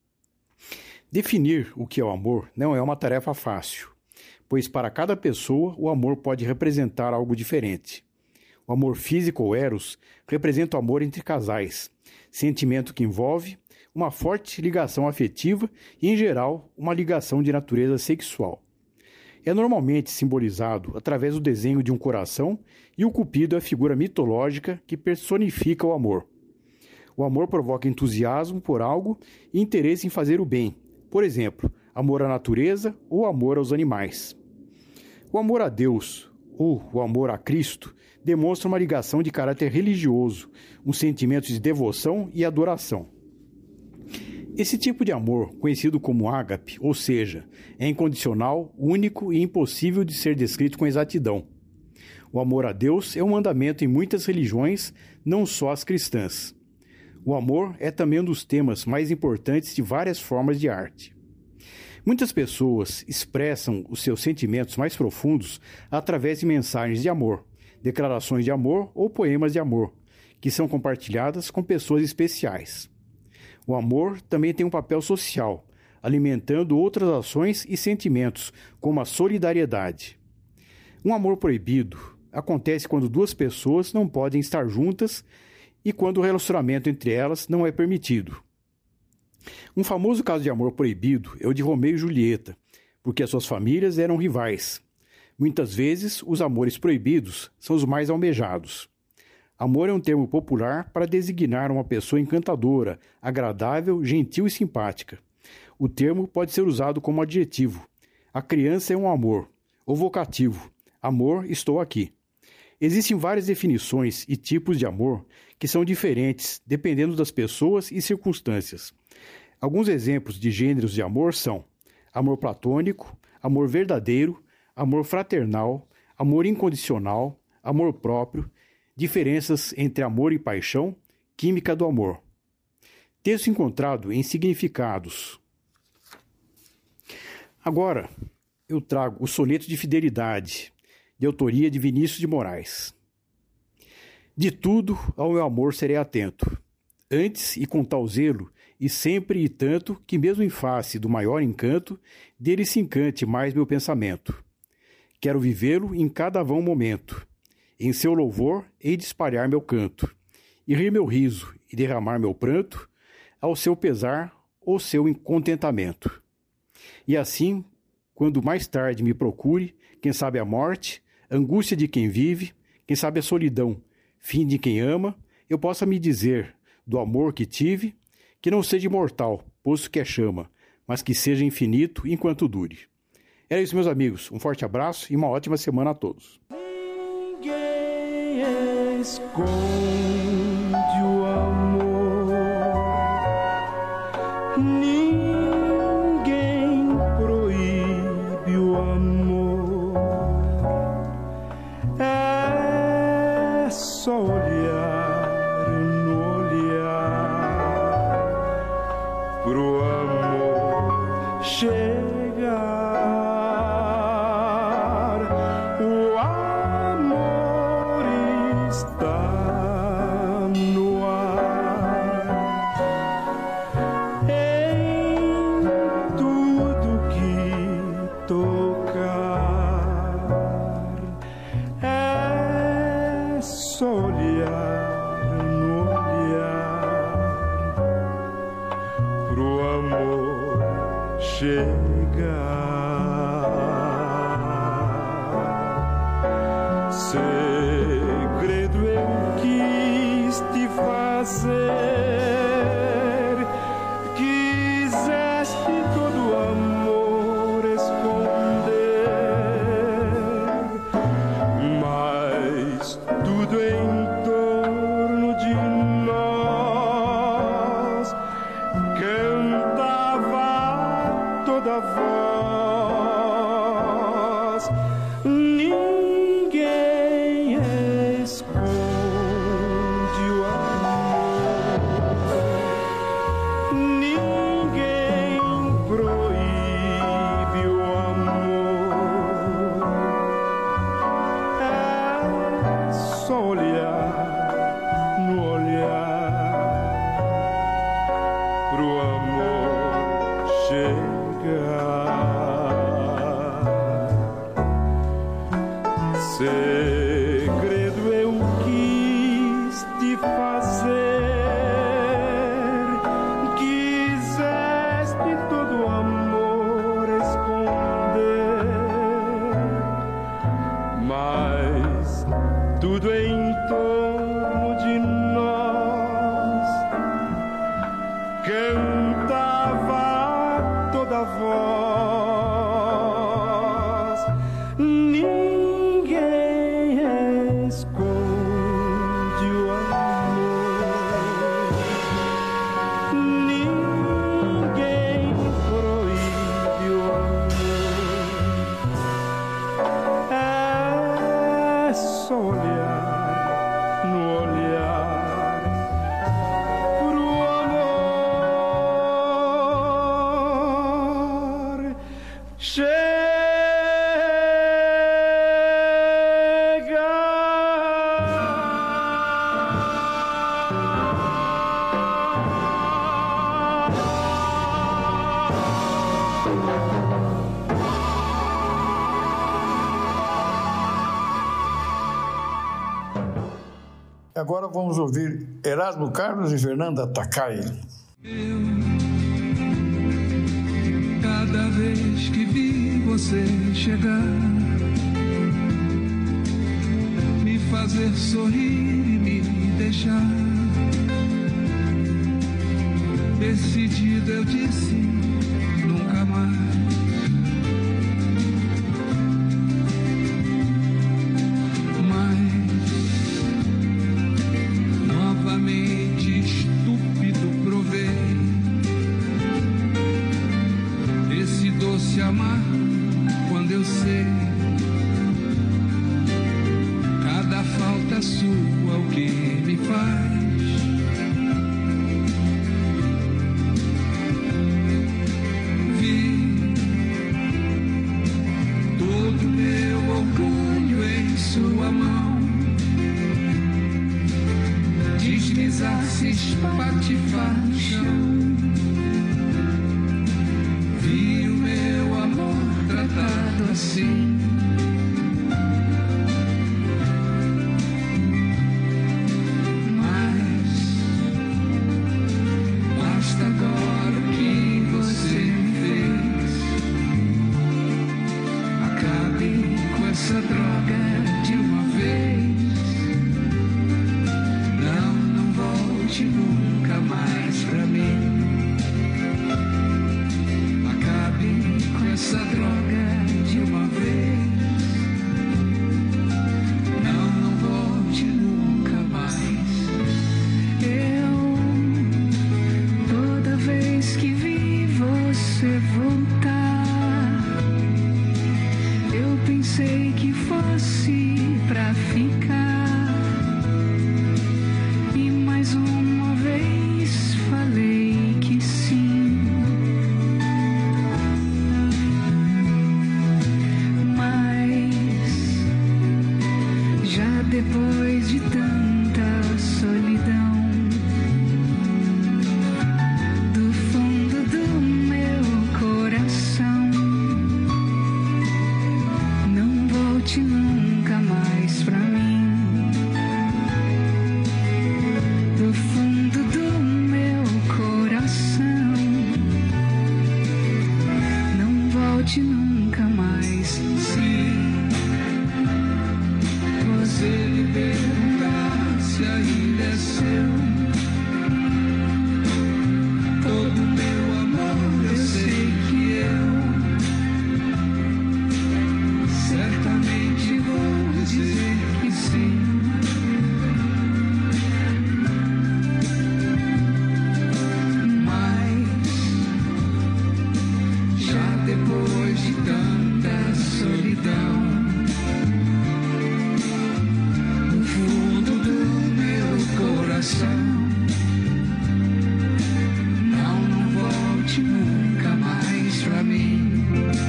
Definir o que é o amor não é uma tarefa fácil, pois para cada pessoa o amor pode representar algo diferente. O amor físico ou eros representa o amor entre casais, sentimento que envolve uma forte ligação afetiva e, em geral, uma ligação de natureza sexual. É normalmente simbolizado através do desenho de um coração e o cupido é a figura mitológica que personifica o amor. O amor provoca entusiasmo por algo e interesse em fazer o bem, por exemplo, amor à natureza ou amor aos animais. O amor a Deus, ou o amor a Cristo, demonstra uma ligação de caráter religioso, um sentimento de devoção e adoração. Esse tipo de amor, conhecido como ágape, ou seja, é incondicional, único e impossível de ser descrito com exatidão. O amor a Deus é um mandamento em muitas religiões, não só as cristãs. O amor é também um dos temas mais importantes de várias formas de arte. Muitas pessoas expressam os seus sentimentos mais profundos através de mensagens de amor, declarações de amor ou poemas de amor, que são compartilhadas com pessoas especiais. O amor também tem um papel social, alimentando outras ações e sentimentos, como a solidariedade. Um amor proibido acontece quando duas pessoas não podem estar juntas e quando o relacionamento entre elas não é permitido. Um famoso caso de amor proibido é o de Romeu e Julieta, porque as suas famílias eram rivais. Muitas vezes, os amores proibidos são os mais almejados. Amor é um termo popular para designar uma pessoa encantadora, agradável, gentil e simpática. O termo pode ser usado como adjetivo. A criança é um amor, ou vocativo. Amor, estou aqui. Existem várias definições e tipos de amor que são diferentes dependendo das pessoas e circunstâncias. Alguns exemplos de gêneros de amor são amor platônico, amor verdadeiro, amor fraternal, amor incondicional, amor próprio, diferenças entre amor e paixão, química do amor. Texto encontrado em Significados. Agora, eu trago o Soneto de Fidelidade, de autoria de Vinícius de Moraes. De tudo ao meu amor serei atento, antes e com tal zelo, e sempre e tanto, que mesmo em face do maior encanto, dele se encante mais meu pensamento. Quero vivê-lo em cada vão momento. Em seu louvor hei de espalhar meu canto, e rir meu riso, e derramar meu pranto, ao seu pesar ou seu contentamento. E assim, quando mais tarde me procure, quem sabe a morte, angústia de quem vive, quem sabe a solidão, fim de quem ama, eu possa me dizer, do amor que tive, que não seja imortal, posto que é chama, mas que seja infinito enquanto dure. Era isso, meus amigos. Um forte abraço e uma ótima semana a todos. Esconde o amor, ninguém proíbe o amor, é só olhar no olhar pro amor chegar. O amor está no ar. Segredo eu quis te fazer, quiseste todo amor esconder, mas tudo em torno de nós cantava toda voz. Ninguém esconde o amor, ninguém proíbe o amor. É só olhar no olhar pro amor chegar. Segredo eu quis te fazer, quiseste todo amor esconder, mas tudo em torno de nós cantava toda voz. Ninguém esconde o amor, ninguém proíbe o amor. É só olhar no olhar pro amor chegar. Agora vamos ouvir Erasmo Carlos e Fernanda Takai. Cada vez que vi você chegar, me fazer sorrir e me deixar, decidido eu disse nunca mais. Novamente estúpido provei esse doce amar, quando eu sei cada falta sua o que me faz. Vi todo meu orgulho em sua mão deslizar-se, espatifar no chão. Vi o meu amor tratado assim. Mas basta agora o que você me fez. Acabe com essa droga de uma vez. Não volte nunca mais pra mim. Acabe com essa droga de uma vez. Não volte nunca mais. Eu, toda vez que vi você voltar, eu pensei que fosse pra ficar. Mais uma vez falei que sim, mas já depois de tanta solidão, do fundo do meu coração, não volte nunca mais pra mim. volte nunca mais. Se você me perguntar se ainda é seu, todo meu amor, eu sei que eu certamente vou dizer que sim. Depois de tanta solidão, no fundo do meu coração, não volte nunca mais pra mim.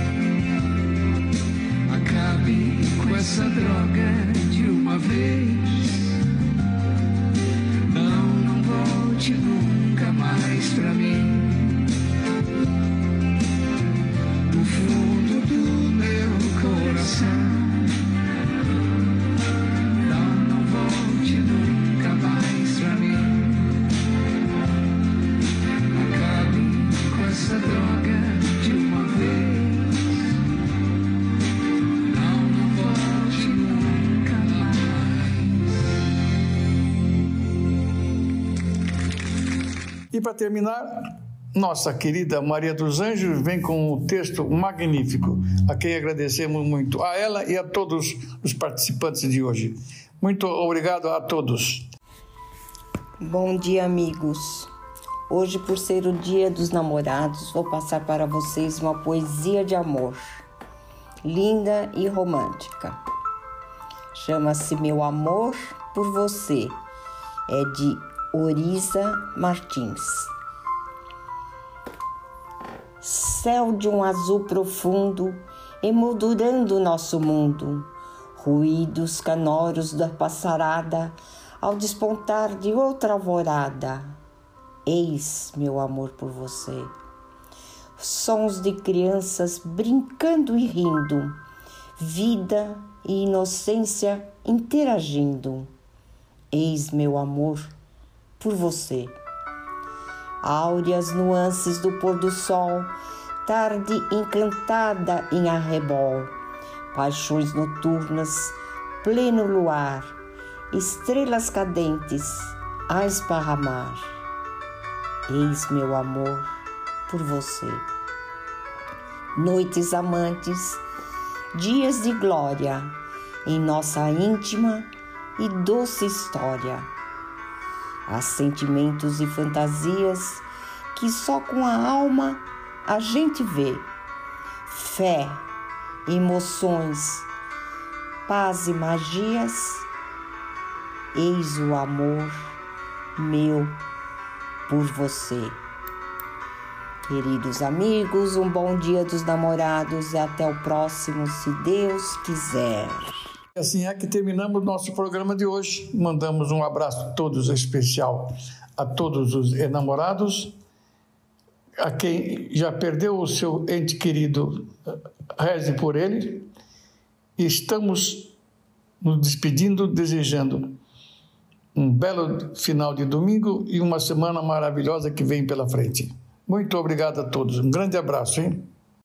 Acabe com essa droga de uma vez. Não volte nunca mais pra mim. No fundo do meu coração, não volte nunca mais pra mim. Acabe com essa droga de uma vez. Não volte nunca mais. E para terminar, nossa querida Maria dos Anjos vem com um texto magnífico, a quem agradecemos muito, a ela e a todos os participantes de hoje. Muito obrigado a todos. Bom dia, amigos. Hoje, por ser o Dia dos Namorados, vou passar para vocês uma poesia de amor, linda e romântica. Chama-se Meu Amor por Você. É de Orisa Martins. Céu de um azul profundo, emoldurando o nosso mundo, ruídos canoros da passarada, ao despontar de outra alvorada. Eis meu amor por você. Sons de crianças brincando e rindo, vida e inocência interagindo. Eis meu amor por você. Áureas nuances do pôr do sol, tarde encantada em arrebol, paixões noturnas, pleno luar, estrelas cadentes a esparramar. Eis meu amor por você. Noites amantes, dias de glória, em nossa íntima e doce história. Há sentimentos e fantasias que só com a alma a gente vê. Fé, emoções, paz e magias. Eis o amor meu por você. Queridos amigos, um bom Dia dos Namorados e até o próximo, se Deus quiser. Assim é que terminamos nosso programa de hoje. Mandamos um abraço a todos, especial a todos os enamorados, a quem já perdeu o seu ente querido, reze por ele. E estamos nos despedindo, desejando um belo final de domingo e uma semana maravilhosa que vem pela frente. Muito obrigado a todos. Um grande abraço, hein?